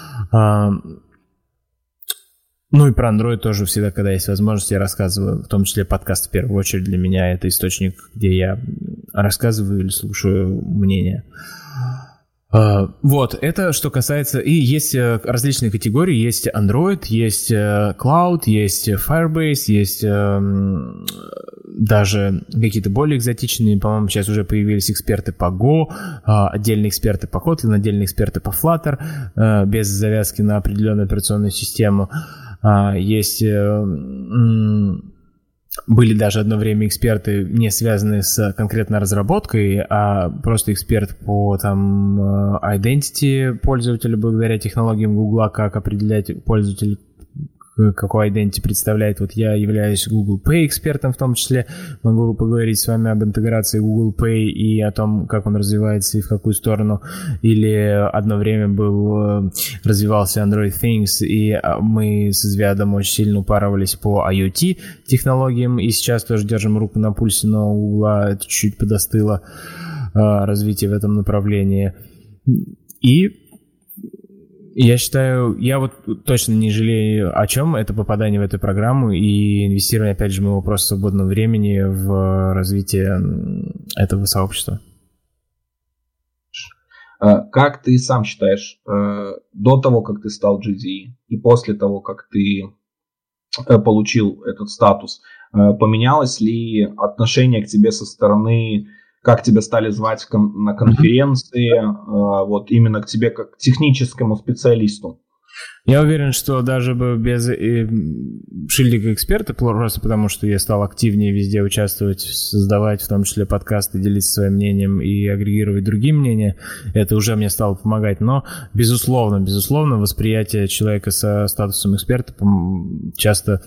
Ну и про Android тоже всегда, когда есть возможность, я рассказываю, в том числе подкаст в первую очередь для меня это источник, где я рассказываю или слушаю мнение. Uh, вот, это что касается... И есть uh, различные категории. Есть Android, есть uh, Cloud, есть Firebase, есть uh, даже какие-то более экзотичные. По-моему, сейчас уже появились эксперты по Go, uh, отдельные эксперты по Kotlin, отдельные эксперты по Flutter, uh, без завязки на определенную операционную систему. Uh, есть... Uh, mm, Были даже одно время эксперты, не связанные с конкретно разработкой, а просто эксперт по там identity пользователя благодаря технологиям Гугла, как определять пользователя, какой identity представляет. Вот я являюсь Google Pay экспертом в том числе. Могу поговорить с вами об интеграции Google Pay и о том, как он развивается и в какую сторону. Или одно время был, развивался Android Things, и мы с Извиадом очень сильно упарывались по IoT технологиям, и сейчас тоже держим руку на пульсе, но у Google это чуть-чуть подостыло развитие в этом направлении. И я считаю, я вот точно не жалею о чем, это попадание в эту программу и инвестирование, опять же, моего просто свободного времени в развитие этого сообщества. Как ты сам считаешь, до того, как ты стал джи ди и, и после того, как ты получил этот статус, поменялось ли отношение к тебе со стороны, как тебя стали звать на конференции, mm-hmm. вот именно к тебе как к техническому специалисту? Я уверен, что даже бы без шильдика эксперта, просто потому что я стал активнее везде участвовать, создавать в том числе подкасты, делиться своим мнением и агрегировать другие мнения, это уже мне стало помогать. Но, безусловно, безусловно, восприятие человека со статусом эксперта часто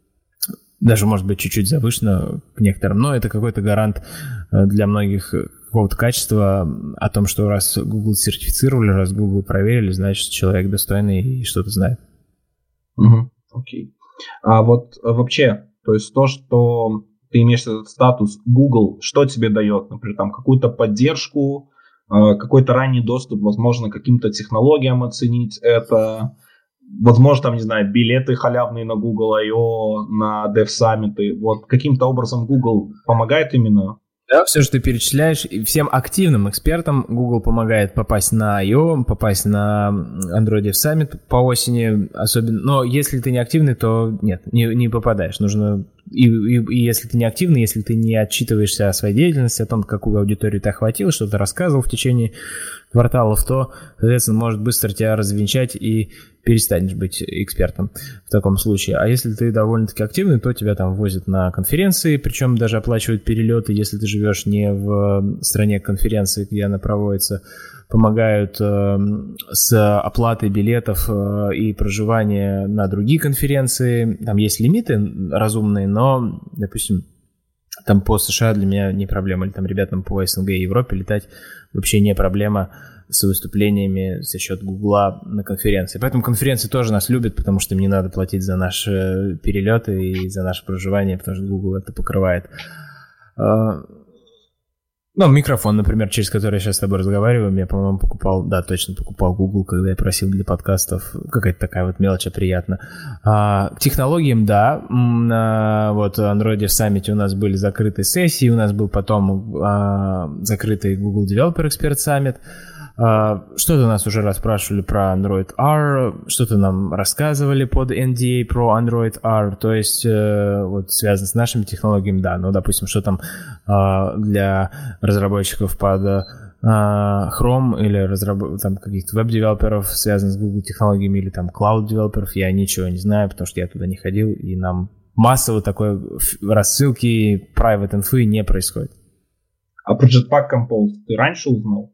даже, может быть, чуть-чуть завышено к некоторым, но это какой-то гарант для многих какого-то качества о том, что раз Google сертифицировали, раз Google проверили, значит, человек достойный и что-то знает. Угу, окей. А вот вообще, то есть то, что ты имеешь этот статус Google, что тебе дает? Например, там какую-то поддержку, какой-то ранний доступ, возможно, к каким-то технологиям оценить это... Возможно, там, не знаю, билеты халявные на Google ай о, на Dev Summit. Вот каким-то образом Google помогает именно? Да, все, что ты перечисляешь, и всем активным экспертам Google помогает попасть на ай о, попасть на Android Dev Summit по осени, особенно. Но если ты не активный, то нет, не, не попадаешь. Нужно и, и, и если ты не активный, если ты не отчитываешься о своей деятельности, о том, какую аудиторию ты охватил, что ты рассказывал в течение кварталов, то, соответственно, может быстро тебя развенчать и перестанешь быть экспертом в таком случае. А если ты довольно-таки активный, то тебя там возят на конференции, причем даже оплачивают перелеты, если ты живешь не в стране конференции, где она проводится, помогают э, с оплатой билетов э, и проживания на другие конференции. Там есть лимиты разумные, но, допустим, там по США для меня не проблема, или там ребятам по СНГ и Европе летать вообще не проблема с выступлениями за счет Гугла на конференции. Поэтому конференции тоже нас любят, потому что им не надо платить за наши перелеты и за наше проживание, потому что Google это покрывает. Ну, микрофон, например, через который я сейчас с тобой разговариваю, я, по-моему, покупал, да, точно покупал Google, когда я просил для подкастов. Какая-то такая вот мелочь, а приятно. А, к технологиям, да. На вот Android Dev Summit у нас были закрытые сессии, у нас был потом а, закрытый Google Developer Expert Summit. Uh, что-то нас уже расспрашивали про Android R, что-то нам рассказывали под эн ди эй про Android R, то есть uh, вот связано с нашими технологиями, да, ну, допустим, что там uh, для разработчиков под uh, Chrome или разраб... там каких-то веб-девелоперов связано с Google технологиями или там Cloud-девелоперов, я ничего не знаю, потому что я туда не ходил, и нам массовой такой рассылки private инфы не происходит. А про Jetpack Compose ты раньше узнал?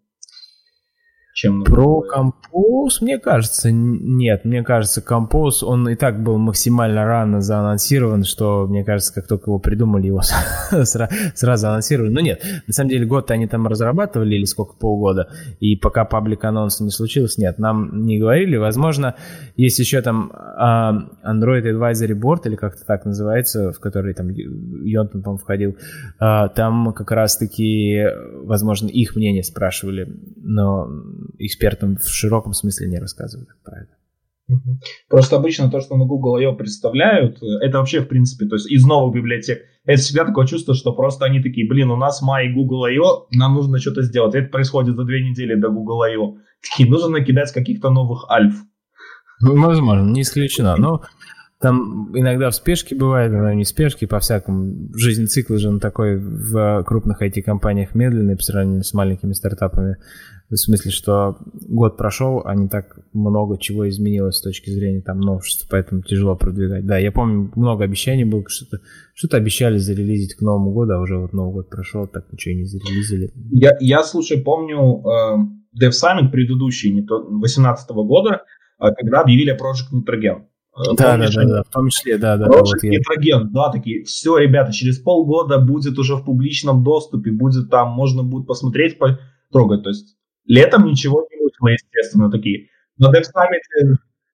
Чем Про Compose, мне кажется, нет. Мне кажется, Compose, он и так был максимально рано заанонсирован, что, мне кажется, как только его придумали, его сразу анонсировали. Но нет, на самом деле год они там разрабатывали, или сколько, полгода, и пока паблик анонс не случилось, нет, нам не говорили. Возможно, есть еще там Android Advisory Board, или как-то так называется, в который там Йонтон, по-моему, входил. Там как раз-таки, возможно, их мнение спрашивали, но экспертам в широком смысле не рассказывают про это. Просто обычно то, что на Google ай о представляют, это вообще, в принципе, то есть из новых библиотек, это всегда такое чувство, что просто они такие, блин, у нас май Google ай о, нам нужно что-то сделать. Это происходит за две недели до Google ай о. Такие, нужно накидать каких-то новых альф. Возможно, не исключено, но там иногда в спешке бывает, иногда не в спешке, по-всякому. Жизнь цикла же он такой в крупных ай ти-компаниях медленный по сравнению с маленькими стартапами. В смысле, что год прошел, а не так много чего изменилось с точки зрения там новшеств, поэтому тяжело продвигать. Да, я помню, много обещаний было, что-то, что-то обещали зарелизить к Новому году, а уже вот Новый год прошел, так ничего и не зарелизили. Я, я слушай, помню э, Dev Summit предыдущий, не то, восемнадцатого года, когда объявили Project Nitrogen. Да, да, да, да, в том числе, да, да. Project Nitrogen, да, такие, все, ребята, через полгода будет уже в публичном доступе, будет там, можно будет посмотреть, потрогать, то есть летом ничего не вышло, естественно, такие. На Dev Summit,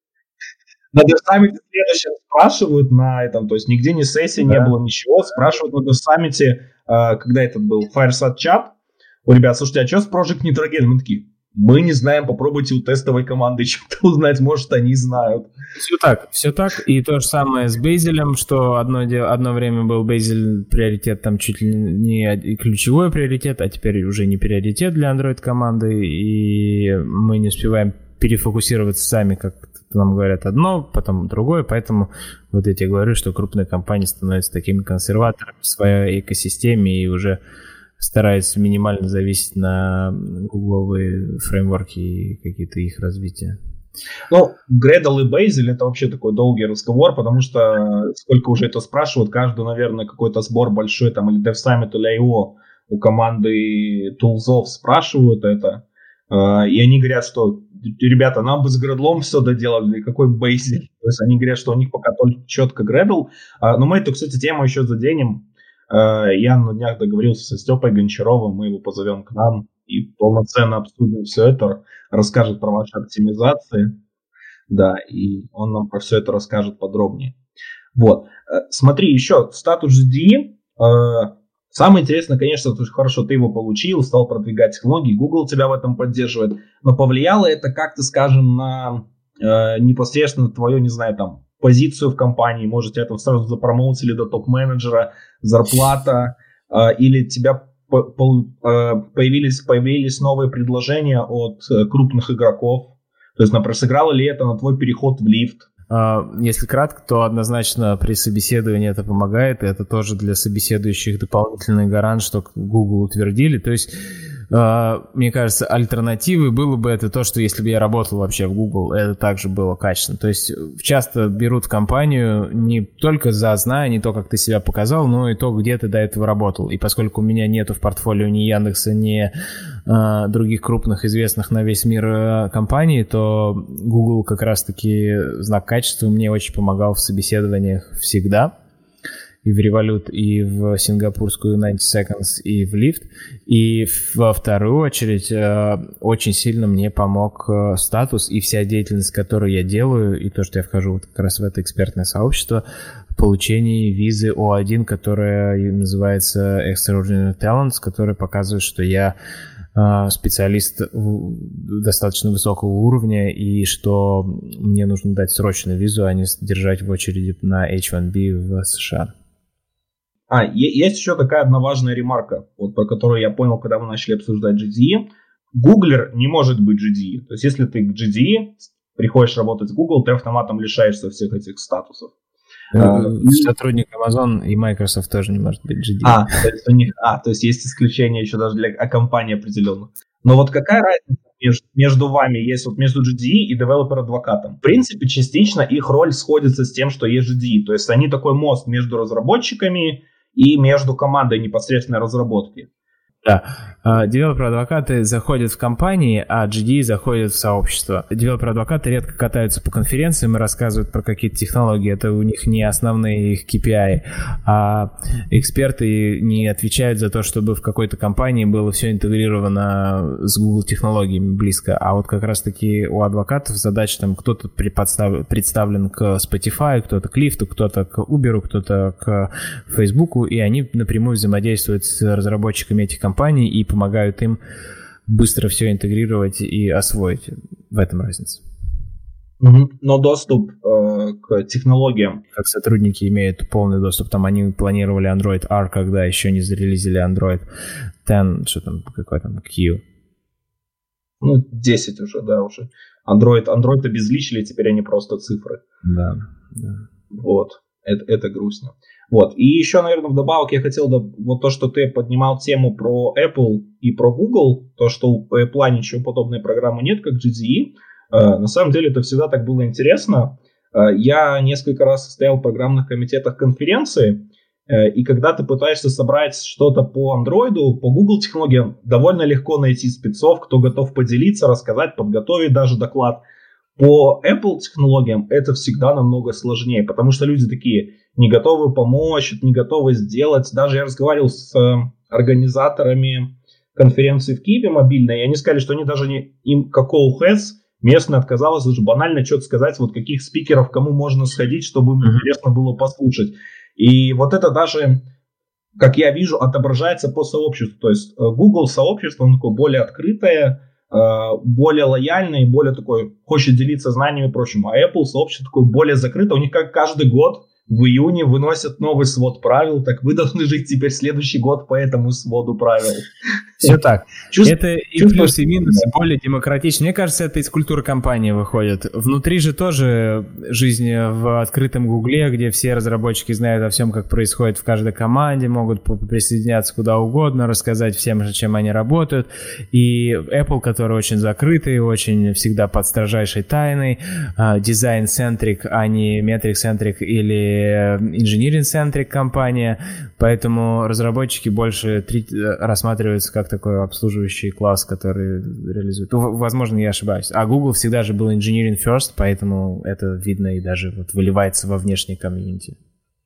на Dev Summit следующем спрашивают на этом, то есть нигде ни сессии да. не было, ничего, спрашивают на Dev Summit, когда этот был Fireside Chat, у ребят, слушайте, а что с Project Nitrogen? Мы такие, мы не знаем, попробуйте у тестовой команды что-то узнать, может, они знают. Все так, все так. И то же самое с Bazel, что одно, одно время был Bazel приоритет, там чуть ли не ключевой приоритет, а теперь уже не приоритет для Android-команды, и мы не успеваем перефокусироваться сами, как нам говорят одно, потом другое, поэтому вот я тебе говорю, что крупные компании становятся такими консерваторами в своей экосистеме и уже старается минимально зависеть на гугловые фреймворки и какие-то их развития. Ну, Gradle и Bazel это вообще такой долгий разговор, потому что сколько уже это спрашивают, каждый, наверное, какой-то сбор большой, там, или Dev Summit, или ай о у команды тулзов спрашивают это, и они говорят, что, ребята, нам бы с Gradle все доделали, какой Bazel. То есть они говорят, что у них пока только четко Gradle, но мы эту, кстати, тему еще заденем. Я на днях договорился со Степой Гончаровым, мы его позовем к нам и полноценно обсудим все это, расскажет про ваши оптимизации, да, и он нам про все это расскажет подробнее. Вот, смотри, еще статус джи ди и, самое интересное, конечно, то, что хорошо, ты его получил, стал продвигать технологии, Google тебя в этом поддерживает, но повлияло это как-то, скажем, на непосредственно твое, не знаю, там, позицию в компании, может, тебя там сразу запромоутили до топ-менеджера, зарплата, э, или тебя по, по, э, появились, появились новые предложения от э, крупных игроков. То есть, например, сыграло ли это на твой переход в лифт? Если кратко, то однозначно при собеседовании это помогает, и это тоже для собеседующих дополнительный гарант, что Google утвердили. То есть, мне кажется, альтернативой было бы это то, что если бы я работал вообще в Google, это также было качественно. То есть часто берут в компанию не только за знания, не то, как ты себя показал, но и то, где ты до этого работал. И поскольку у меня нету в портфолио ни Яндекса, ни э, других крупных, известных на весь мир компаний, то Google как раз-таки знак качества мне очень помогал в собеседованиях всегда. И в Revolut, и в сингапурскую девяносто Seconds, и в Lyft. И во вторую очередь очень сильно мне помог статус и вся деятельность, которую я делаю, и то, что я вхожу вот как раз в это экспертное сообщество, получение визы о один, которая называется Extraordinary Talents, которая показывает, что я специалист достаточно высокого уровня, и что мне нужно дать срочную визу, а не держать в очереди на эйч один би в США. А, есть еще такая одна важная ремарка, вот, про которую я понял, когда мы начали обсуждать джи ди и. Гуглер не может быть джи ди и. То есть, если ты к джи ди и приходишь работать в Google, ты автоматом лишаешься всех этих статусов. Сотрудник Amazon и Microsoft тоже не может быть джи ди и. А, то есть, у них, а, то есть есть исключения еще даже для компаний определенных. Но вот какая разница между, между вами есть, вот между джи ди и и девелопер-адвокатом? В принципе, частично их роль сходится с тем, что есть джи ди и. То есть они такой мост между разработчиками и между командой непосредственной разработки. Да. Девелопер-адвокаты заходят в компании, а джи ди заходят в сообщество. Девелопер-адвокаты редко катаются по конференциям и рассказывают про какие-то технологии. Это у них не основные их кей пи ай. А эксперты не отвечают за то, чтобы в какой-то компании было все интегрировано с Google технологиями близко. А вот как раз-таки у адвокатов задача там кто-то представлен к Spotify, кто-то к Lyft, кто-то к Uber, кто-то к Facebook, и они напрямую взаимодействуют с разработчиками этих компаний и помогают им быстро все интегрировать и освоить. В этом разница. Но доступ э, к технологиям. Как сотрудники имеют полный доступ. Там они планировали Android R, когда еще не зарелизили Android десять, что там, какой там, Q. Ну, десять уже, да, уже. Android, Android обезличили, теперь они просто цифры. Да, да. Вот, это, это грустно. Вот. И еще, наверное, вдобавок я хотел, да, вот то, что ты поднимал тему про Apple и про Google, то, что у Apple ничего подобной программы нет, как джи ди и, э, на самом деле это всегда так было интересно. Э, я несколько раз состоял в программных комитетах конференции, э, и когда ты пытаешься собрать что-то по Android, по Google технологиям, довольно легко найти спецов, кто готов поделиться, рассказать, подготовить даже доклад. По Apple технологиям это всегда намного сложнее, потому что люди такие не готовы помочь, не готовы сделать. Даже я разговаривал с организаторами конференции в Киеве мобильной, и они сказали, что они даже не, им как о эс местная отказалась даже банально что-то сказать, вот каких спикеров, кому можно сходить, чтобы им интересно было послушать. И вот это даже, как я вижу, отображается по сообществу. То есть Google сообщество, оно такое более открытое, более лояльный, более такой, хочет делиться знаниями и прочим. А Apple сообщество такое более закрытое. У них как каждый год в июне выносят новый свод правил, так вы должны жить теперь следующий год по этому своду правил. Все так. Чувств... Это и плюсы, и минусы, более демократично. Мне кажется, это из культуры компании выходит. Внутри же тоже жизнь в открытом Гугле, где все разработчики знают о всем, как происходит в каждой команде, могут присоединяться куда угодно, рассказать всем, чем они работают. И Apple, который очень закрытый, очень всегда под строжайшей тайной, дизайн-центрик, а не метрик-центрик или инжиниринг-центрик компания, поэтому разработчики больше рассматриваются как такой обслуживающий класс, который реализует. Возможно, я ошибаюсь. А Google всегда же был engineering first, поэтому это видно и даже вот выливается во внешней комьюнити.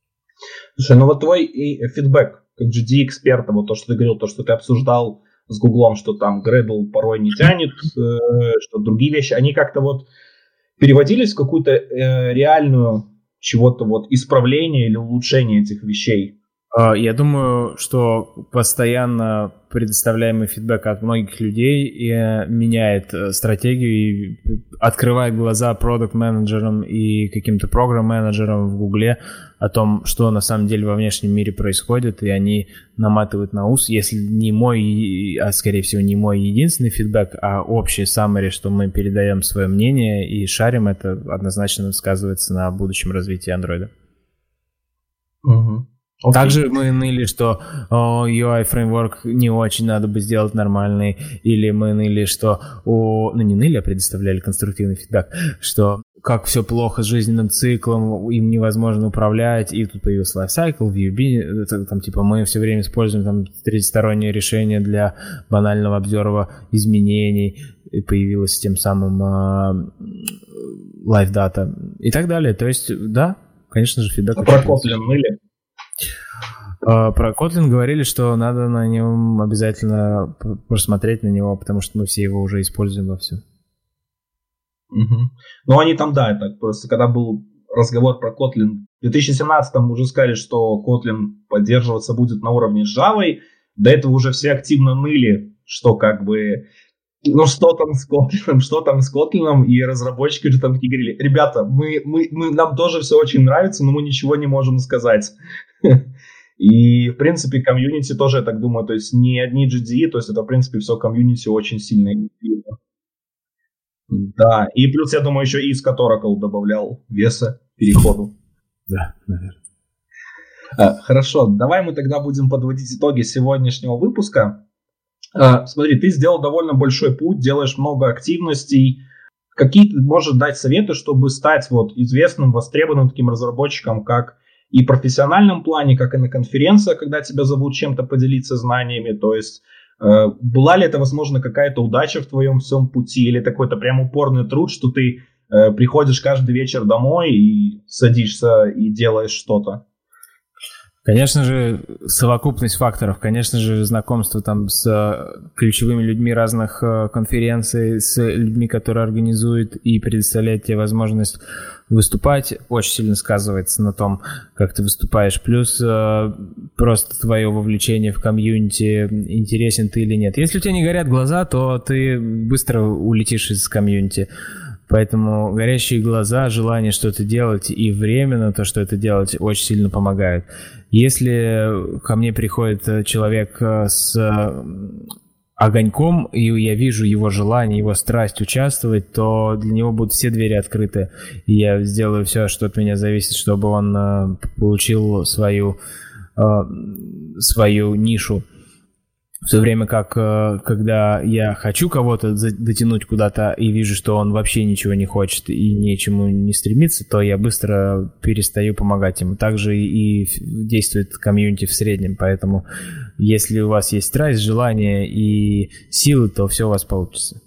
Слушай, ну вот твой и фидбэк как джи ди эксперта, вот то, что ты говорил, то, что ты обсуждал с Гуглом, что там Gradle порой не тянет, что другие вещи, они как-то вот переводились в какую-то э, реальную чего-то вот исправления или улучшения этих вещей? Я думаю, что постоянно предоставляемый фидбэк от многих людей и меняет стратегию и открывает глаза продакт-менеджерам и каким-то программ-менеджерам в Гугле о том, что на самом деле во внешнем мире происходит, и они наматывают на ус, если не мой, а скорее всего не мой единственный фидбэк, а общий summary, что мы передаем свое мнение и шарим, это однозначно сказывается на будущем развитии Android. Угу. Okay. Также мы ныли, что о, ю ай-фреймворк не очень надо бы сделать нормальный, или мы ныли, что о, ну не ныли, а предоставляли конструктивный фидбэк, что как все плохо с жизненным циклом, им невозможно управлять, и тут появился lifecycle, ви ю би, это, там типа мы все время используем там третьестороннее решение для банального обзора изменений, и появилось тем самым uh, live data и так далее. То есть, да, конечно же, фидбэк. А про Kotlin ныли? Uh, про Kotlin говорили, что надо на нем обязательно просмотреть на него, потому что мы все его уже используем во всем. Угу. Ну, они там, да, это просто когда был разговор про Kotlin, в две тысячи семнадцатом уже сказали, что Kotlin поддерживаться будет на уровне с Java. До этого уже все активно ныли, что как бы, ну что там с Kotlin, что там с Kotlin, и разработчики уже там такие говорили, ребята, мы, мы, мы, нам тоже все очень нравится, но мы ничего не можем сказать. И, в принципе, комьюнити тоже, я так думаю, то есть не одни джи ди и, то есть это, в принципе, все комьюнити очень сильно. Да, и плюс, я думаю, еще и Scott Oracle добавлял веса переходу. Да, наверное. А, хорошо, давай мы тогда будем подводить итоги сегодняшнего выпуска. Смотри, ты сделал довольно большой путь, делаешь много активностей. Какие ты можешь дать советы, чтобы стать вот известным, востребованным таким разработчиком, как и в профессиональном плане, как и на конференциях, когда тебя зовут чем-то поделиться знаниями? То есть э, была ли это, возможно, какая-то удача в твоем всем пути, или какой-то прям упорный труд, что ты э, приходишь каждый вечер домой и садишься и делаешь что-то? Конечно же, совокупность факторов, конечно же, знакомство там с ключевыми людьми разных конференций, с людьми, которые организуют и предоставляют тебе возможность выступать, очень сильно сказывается на том, как ты выступаешь. Плюс просто твое вовлечение в комьюнити, интересен ты или нет. Если у тебя не горят глаза, то ты быстро улетишь из комьюнити. Поэтому горящие глаза, желание что-то делать и время на то, что это делать, очень сильно помогают. Если ко мне приходит человек с огоньком, и я вижу его желание, его страсть участвовать, то для него будут все двери открыты. И я сделаю все, что от меня зависит, чтобы он получил свою, свою нишу. В то время как, когда я хочу кого-то дотянуть куда-то и вижу, что он вообще ничего не хочет и ничему не стремится, то я быстро перестаю помогать ему. Также и действует комьюнити в среднем. Поэтому если у вас есть страсть, желание и силы, то все у вас получится.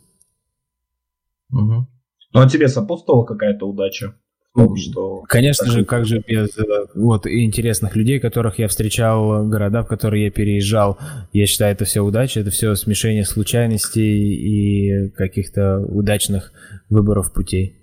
Угу. Ну а тебе сопутствовала какая-то удача? Том, что... Конечно же, как же без вот, интересных людей, которых я встречал, города, в которые я переезжал. Я считаю, это все удача, это все смешение случайностей и каких-то удачных выборов путей.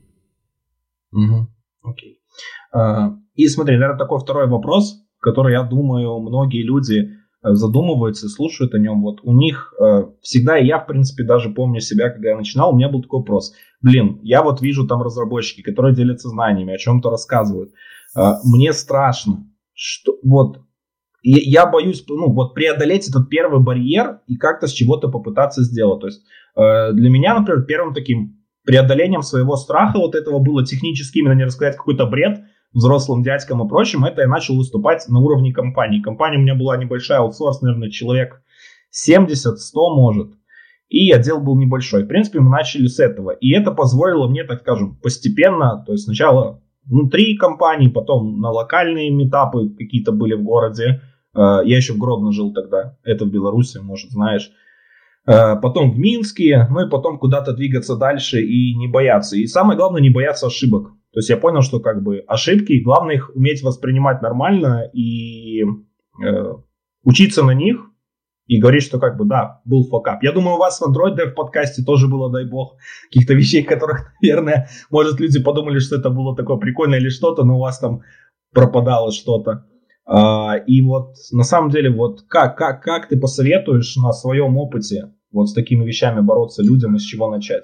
Угу. Окей. А, и смотри, наверное, такой второй вопрос, который, я думаю, многие люди задумываются, слушают о нем. Вот у них э, всегда, и я, в принципе, даже помню себя, когда я начинал, у меня был такой вопрос. Блин, я вот вижу там разработчики, которые делятся знаниями, о чем-то рассказывают. Э, мне страшно, что вот я, я боюсь, ну, вот преодолеть этот первый барьер и как-то с чего-то попытаться сделать. То есть э, для меня, например, первым таким преодолением своего страха вот этого было технически, именно не рассказать какой-то бред взрослым дядькам и прочим, это я начал выступать на уровне компании. Компания у меня была небольшая, аутсорс, наверное, человек семьдесят-сто может. И отдел был небольшой. В принципе, мы начали с этого. И это позволило мне, так скажем, постепенно, то есть сначала внутри компании, потом на локальные митапы какие-то были в городе. Я еще в Гродно жил тогда, это в Беларуси, может, знаешь. Потом в Минске, ну и потом куда-то двигаться дальше и не бояться. И самое главное, не бояться ошибок. То есть я понял, что как бы ошибки, главное их уметь воспринимать нормально и э, учиться на них и говорить, что как бы да, был факап. Я думаю, у вас в Android Dev подкасте тоже было, дай бог, каких-то вещей, которых, наверное, может, люди подумали, что это было такое прикольное или что-то, но у вас там пропадало что-то. А, и вот на самом деле, вот как, как, как ты посоветуешь на своем опыте вот с такими вещами бороться людям и с чего начать?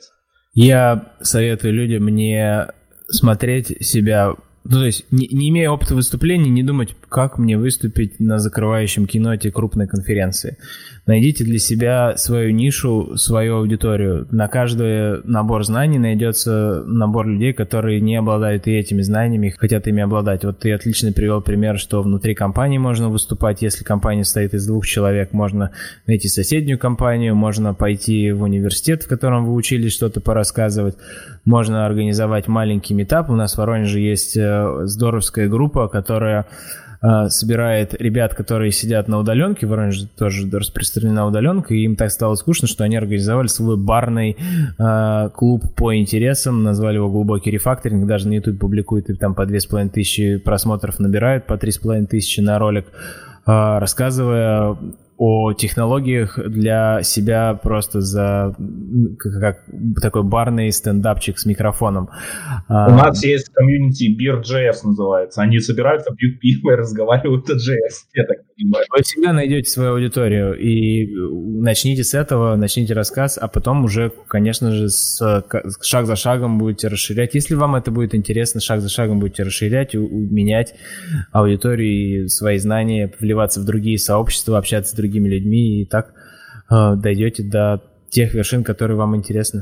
Я советую людям не смотреть себя, ну, то есть не, не имея опыта выступления, не думать, как мне выступить на закрывающем киноте крупной конференции. Найдите для себя свою нишу, свою аудиторию. На каждый набор знаний найдется набор людей, которые не обладают и этими знаниями, хотят ими обладать. Вот ты отлично привел пример, что внутри компании можно выступать. Если компания состоит из двух человек, можно найти соседнюю компанию, можно пойти в университет, в котором вы учились, что-то порассказывать. Можно организовать маленький митап. У нас в Воронеже есть здоровская группа, которая собирает ребят, которые сидят на удаленке. В Воронеже тоже распространена удаленка, и им так стало скучно, что они организовали свой барный э, клуб по интересам, назвали его «Глубокий рефакторинг», даже на YouTube публикуют, и там по две с половиной тысячи просмотров набирают, по три с половиной тысячи на ролик, э, рассказывая о технологиях для себя просто за как, как такой барный стендапчик с микрофоном. У а, нас есть комьюнити Beer.js называется. Они собираются, пьют пиво и разговаривают о джей эс. Я так понимаю. Вы всегда найдете свою аудиторию и начните с этого, начните рассказ, а потом уже, конечно же, с, шаг за шагом будете расширять. Если вам это будет интересно, шаг за шагом будете расширять, менять аудиторию и свои знания, вливаться в другие сообщества, общаться с другими другими людьми, и так э, дойдете до тех вершин, которые вам интересны.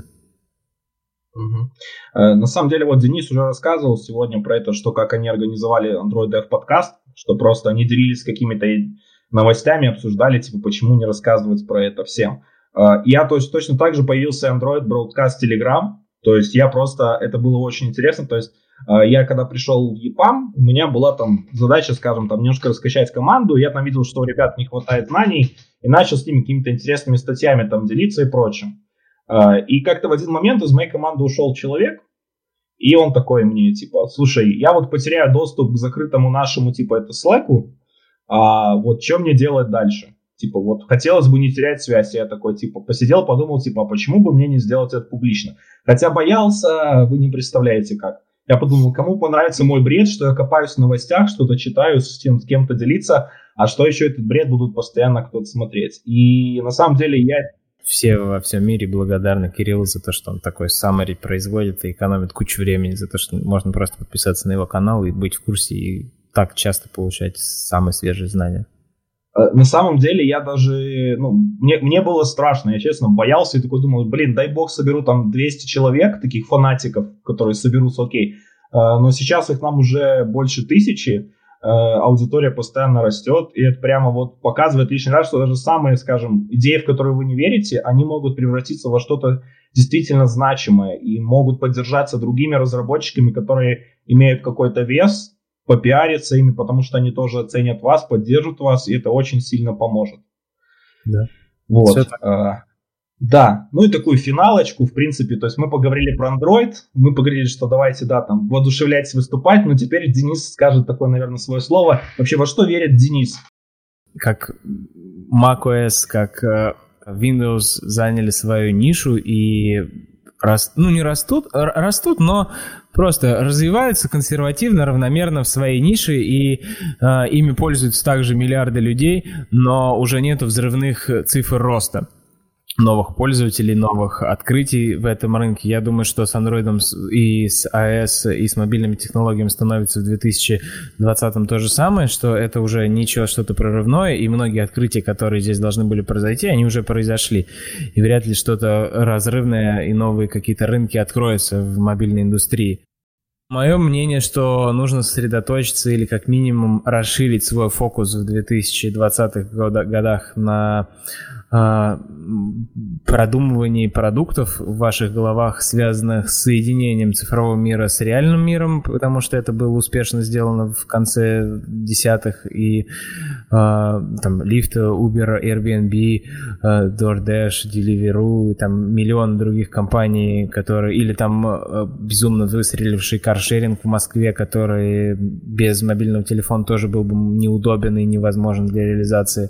Угу. Э, на самом деле, вот Денис уже рассказывал сегодня про это, что как они организовали Android Dev подкаст, что просто они делились какими-то новостями, обсуждали, типа, почему не рассказывать про это всем. Я то есть, точно так же появился Android Broadcast Telegram, то есть я просто, это было очень интересно, то есть я когда пришел в EPAM, у меня была там задача, скажем, там немножко раскачать команду, я там видел, что у ребят не хватает знаний, и начал с ними какими-то интересными статьями там делиться и прочим. И как-то в один момент из моей команды ушел человек, и он такой мне, типа, слушай, я вот потеряю доступ к закрытому нашему, типа, это Slack'у, а вот что мне делать дальше? Типа, вот хотелось бы не терять связь. Я такой, типа, посидел, подумал, типа, а почему бы мне не сделать это публично? Хотя боялся, вы не представляете как. Я подумал, кому понравится мой бред, что я копаюсь в новостях, что-то читаю, с, тем, с кем-то делиться, а что еще этот бред будут постоянно кто-то смотреть. И на самом деле я... Все во всем мире благодарны Кириллу за то, что он такой summary производит и экономит кучу времени, за то, что можно просто подписаться на его канал и быть в курсе, и так часто получать самые свежие знания. На самом деле я даже, ну, мне, мне было страшно, я честно боялся и такой думал, блин, дай бог соберу там двести человек, таких фанатиков, которые соберутся, окей. Но сейчас их нам уже больше тысячи, аудитория постоянно растет, и это прямо вот показывает лишний раз, что даже самые, скажем, идеи, в которые вы не верите, они могут превратиться во что-то действительно значимое и могут поддержаться другими разработчиками, которые имеют какой-то вес, попиариться ими, потому что они тоже оценят вас, поддержат вас, и это очень сильно поможет. Да. Вот. А, да, ну и такую финалочку, в принципе, то есть мы поговорили про Android, мы поговорили, что давайте, да, там, воодушевляйтесь выступать, но теперь Денис скажет такое, наверное, свое слово. Вообще, во что верит Денис? Как macOS, как Windows заняли свою нишу и Раст, ну, не растут, растут, но просто развиваются консервативно, равномерно в своей нише, и э, ими пользуются также миллиарды людей, но уже нету взрывных цифр роста новых пользователей, новых открытий в этом рынке. Я думаю, что с Android и с iOS и с мобильными технологиями становится в две тысячи двадцатом то же самое, что это уже ничего, что-то прорывное, и многие открытия, которые здесь должны были произойти, они уже произошли. И вряд ли что-то разрывное и новые какие-то рынки откроются в мобильной индустрии. Мое мнение, что нужно сосредоточиться или как минимум расширить свой фокус в две тысячи двадцатых годах на э, продумывании продуктов в ваших головах, связанных с соединением цифрового мира с реальным миром, потому что это было успешно сделано в конце десятых, и э, там Lyft, Uber, Airbnb, э, DoorDash, Deliveroo, и там миллион других компаний, которые, или там э, безумно выстреливший каршеринг в Москве, который без мобильного телефона тоже был бы неудобен и невозможен для реализации,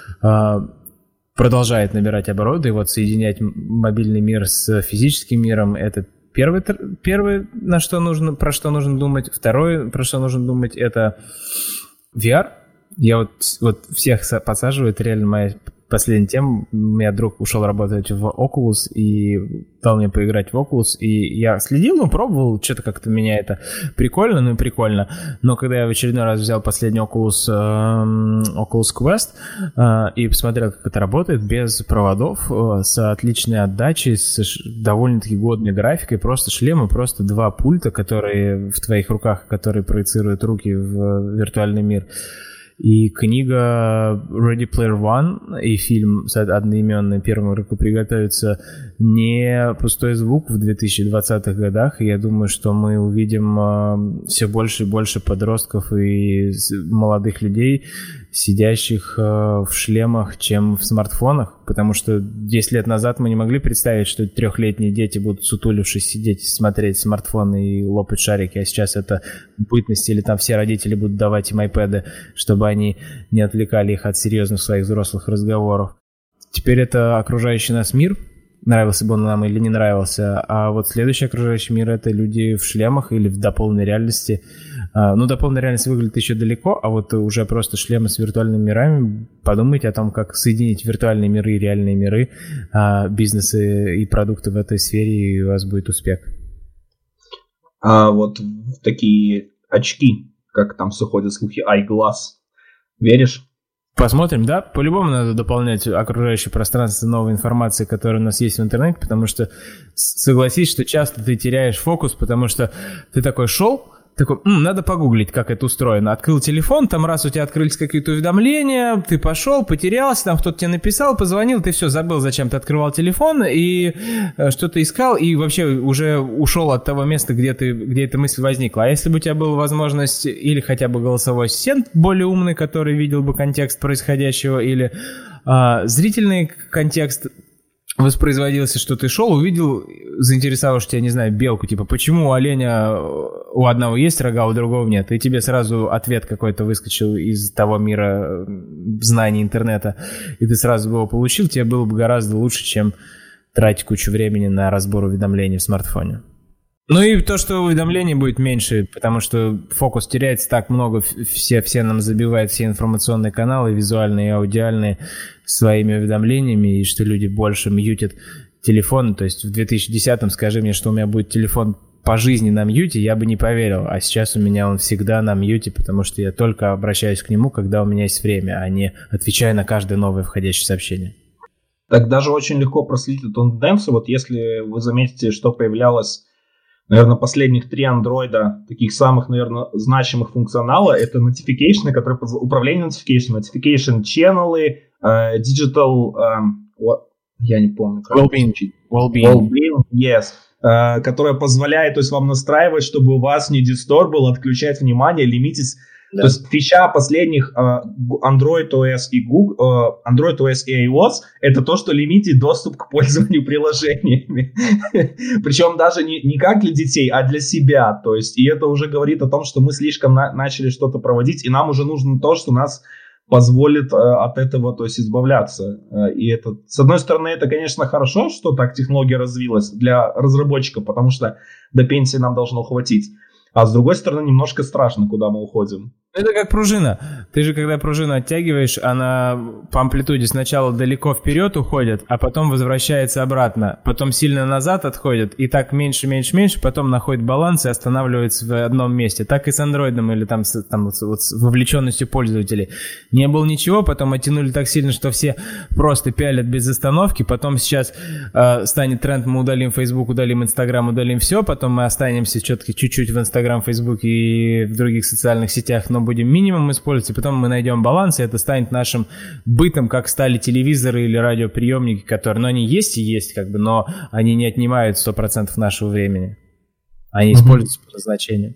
продолжает набирать обороты, и вот соединять мобильный мир с физическим миром — это первый, первый, на что нужно, про что нужно думать. Второе, про что нужно думать, это ви ар. Я вот, вот всех подсаживаю, это реально моя последняя тема. У меня друг ушел работать в Oculus и дал мне поиграть в Oculus, и я следил, ну, пробовал, что-то как-то меня это прикольно, ну, прикольно, но когда я в очередной раз взял последний Oculus, э, Oculus Quest э, и посмотрел, как это работает, без проводов, э, с отличной отдачей, с довольно-таки годной графикой, просто шлемы, просто два пульта, которые в твоих руках, которые проецируют руки в виртуальный мир. И книга Ready Player One и фильм одноименный «Первому игроку приготовиться» не пустой звук в две тысячи двадцатых годах. И я думаю, что мы увидим э, все больше и больше подростков и молодых людей, сидящих э, в шлемах, чем в смартфонах. Потому что десять лет назад мы не могли представить, что трехлетние дети будут, сутулившись, сидеть, смотреть смартфоны и лопать шарики. А сейчас это бытность, или там все родители будут давать им айпэды, чтобы они не отвлекали их от серьезных своих взрослых разговоров. Теперь это окружающий нас мир, нравился бы он нам или не нравился, а вот следующий окружающий мир — это люди в шлемах или в дополненной реальности. Ну, дополненная реальность выглядит еще далеко, а вот уже просто шлемы с виртуальными мирами. Подумайте о том, как соединить виртуальные миры и реальные миры, бизнесы и продукты в этой сфере, и у вас будет успех. А вот в такие очки, как там все ходят слухи, eyeglass, веришь? Посмотрим, да. По-любому надо дополнять окружающее пространство новой информацией, которая у нас есть в интернете, потому что согласись, что часто ты теряешь фокус, потому что ты такой шел, такой, М, надо погуглить, как это устроено. Открыл телефон, там раз у тебя открылись какие-то уведомления, ты пошел, потерялся, там кто-то тебе написал, позвонил, ты все забыл, зачем ты открывал телефон, и что-то искал, и вообще уже ушел от того места, где, ты, где эта мысль возникла. А если бы у тебя была возможность или хотя бы голосовой ассистент более умный, который видел бы контекст происходящего, или а, зрительный контекст, воспроизводился, что ты шел, увидел, заинтересовавшись тебя, не знаю, белку, типа, почему у оленя у одного есть рога, у другого нет, и тебе сразу ответ какой-то выскочил из того мира знаний интернета, и ты сразу бы его получил, тебе было бы гораздо лучше, чем тратить кучу времени на разбор уведомлений в смартфоне. Ну и то, что уведомлений будет меньше, потому что фокус теряется так много, все, все нам забивают все информационные каналы, визуальные и аудиальные, своими уведомлениями, и что люди больше мьютят телефон. То есть в две тысячи десятом скажи мне, что у меня будет телефон по жизни на мьюте, я бы не поверил. А сейчас у меня он всегда на мьюте, потому что я только обращаюсь к нему, когда у меня есть время, а не отвечаю на каждое новое входящее сообщение. Так даже очень легко проследить эту тенденцию. Вот если вы заметите, что появлялось, наверное, последних три андроида, таких самых, наверное, значимых функционала, это notification, которые управление notification, notification channel, uh, digital, um, what, я не помню. Well-being. Well-being. Well-being, yes. Uh, которая позволяет, то есть, вам настраивать, чтобы у вас не дисторбил, отключать внимание, лимитить. Да. То есть фича последних uh, Android о эс и Google, uh, Android о эс и iOS это то, что лимитит доступ к пользованию приложениями. Причем даже не, не как для детей, а для себя. То есть, и это уже говорит о том, что мы слишком на, начали что-то проводить, и нам уже нужно то, что нас позволит uh, от этого, то есть, избавляться. Uh, и это, с одной стороны, это, конечно, хорошо, что так технология развилась для разработчиков, потому что до пенсии нам должно хватить. А с другой стороны, немножко страшно, куда мы уходим. Это как пружина. Ты же, когда пружину оттягиваешь, она по амплитуде сначала далеко вперед уходит, а потом возвращается обратно. Потом сильно назад отходит, и так меньше, меньше, меньше, потом находит баланс и останавливается в одном месте. Так и с андроидом или там, с, там, вот, вот, с вовлеченностью пользователей. Не было ничего, потом оттянули так сильно, что все просто пялят без остановки. Потом сейчас э, станет тренд, мы удалим Facebook, удалим Instagram, удалим все. Потом мы останемся все-таки чуть-чуть в Instagram, Facebook и в других социальных сетях, но будем минимум использовать, и потом мы найдем баланс, и это станет нашим бытом, как стали телевизоры или радиоприемники, которые, ну, они есть и есть, как бы, но они не отнимают сто процентов нашего времени. Они используются по назначению.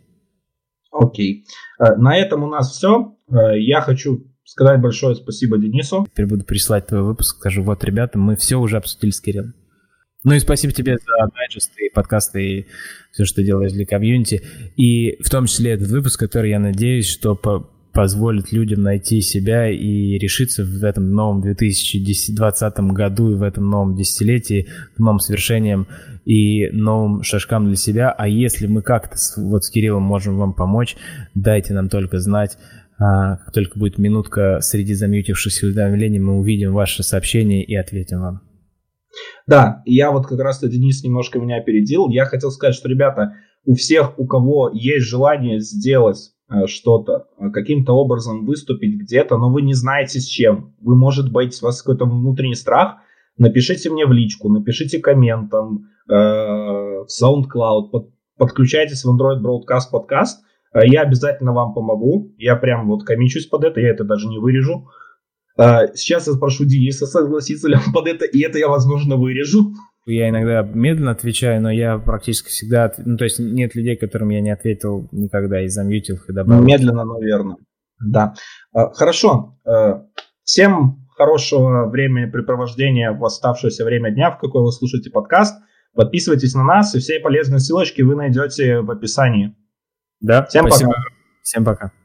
Окей. Okay. На этом у нас все. Я хочу сказать большое спасибо Денису. Теперь буду присылать твой выпуск, скажу, вот, ребята, мы все уже обсудили с Кириллом. Ну и спасибо тебе за дайджесты, подкасты и все, что ты делаешь для комьюнити. И в том числе этот выпуск, который, я надеюсь, что по- позволит людям найти себя и решиться в этом новом две тысячи двадцатом году и в этом новом десятилетии к новым свершениям и новым шажкам для себя. А если мы как-то с, вот с Кириллом можем вам помочь, дайте нам только знать. А, как только будет минутка среди замьютившихся уведомлений, мы увидим ваше сообщение и ответим вам. Да, я вот как раз-то, Денис немножко меня опередил. Я хотел сказать, что, ребята, у всех, у кого есть желание сделать э, что-то, э, каким-то образом выступить где-то, но вы не знаете с чем, вы, может быть, у вас какой-то внутренний страх, напишите мне в личку, напишите комментом э, в SoundCloud, под, подключайтесь в Android Broadcast Podcast, э, я обязательно вам помогу. Я прям вот комичусь под это, я это даже не вырежу. Сейчас я спрошу Дениса, согласится ли он под это, и это я, возможно, вырежу. Я иногда медленно отвечаю, но я практически всегда... Ну, то есть нет людей, которым я не ответил никогда и замьютил их и добавил. Медленно, наверное. Да. Хорошо. Всем хорошего времяпрепровождения в оставшееся время дня, в какое вы слушаете подкаст. Подписывайтесь на нас, и все полезные ссылочки вы найдете в описании. Да, всем спасибо. Пока. Всем пока.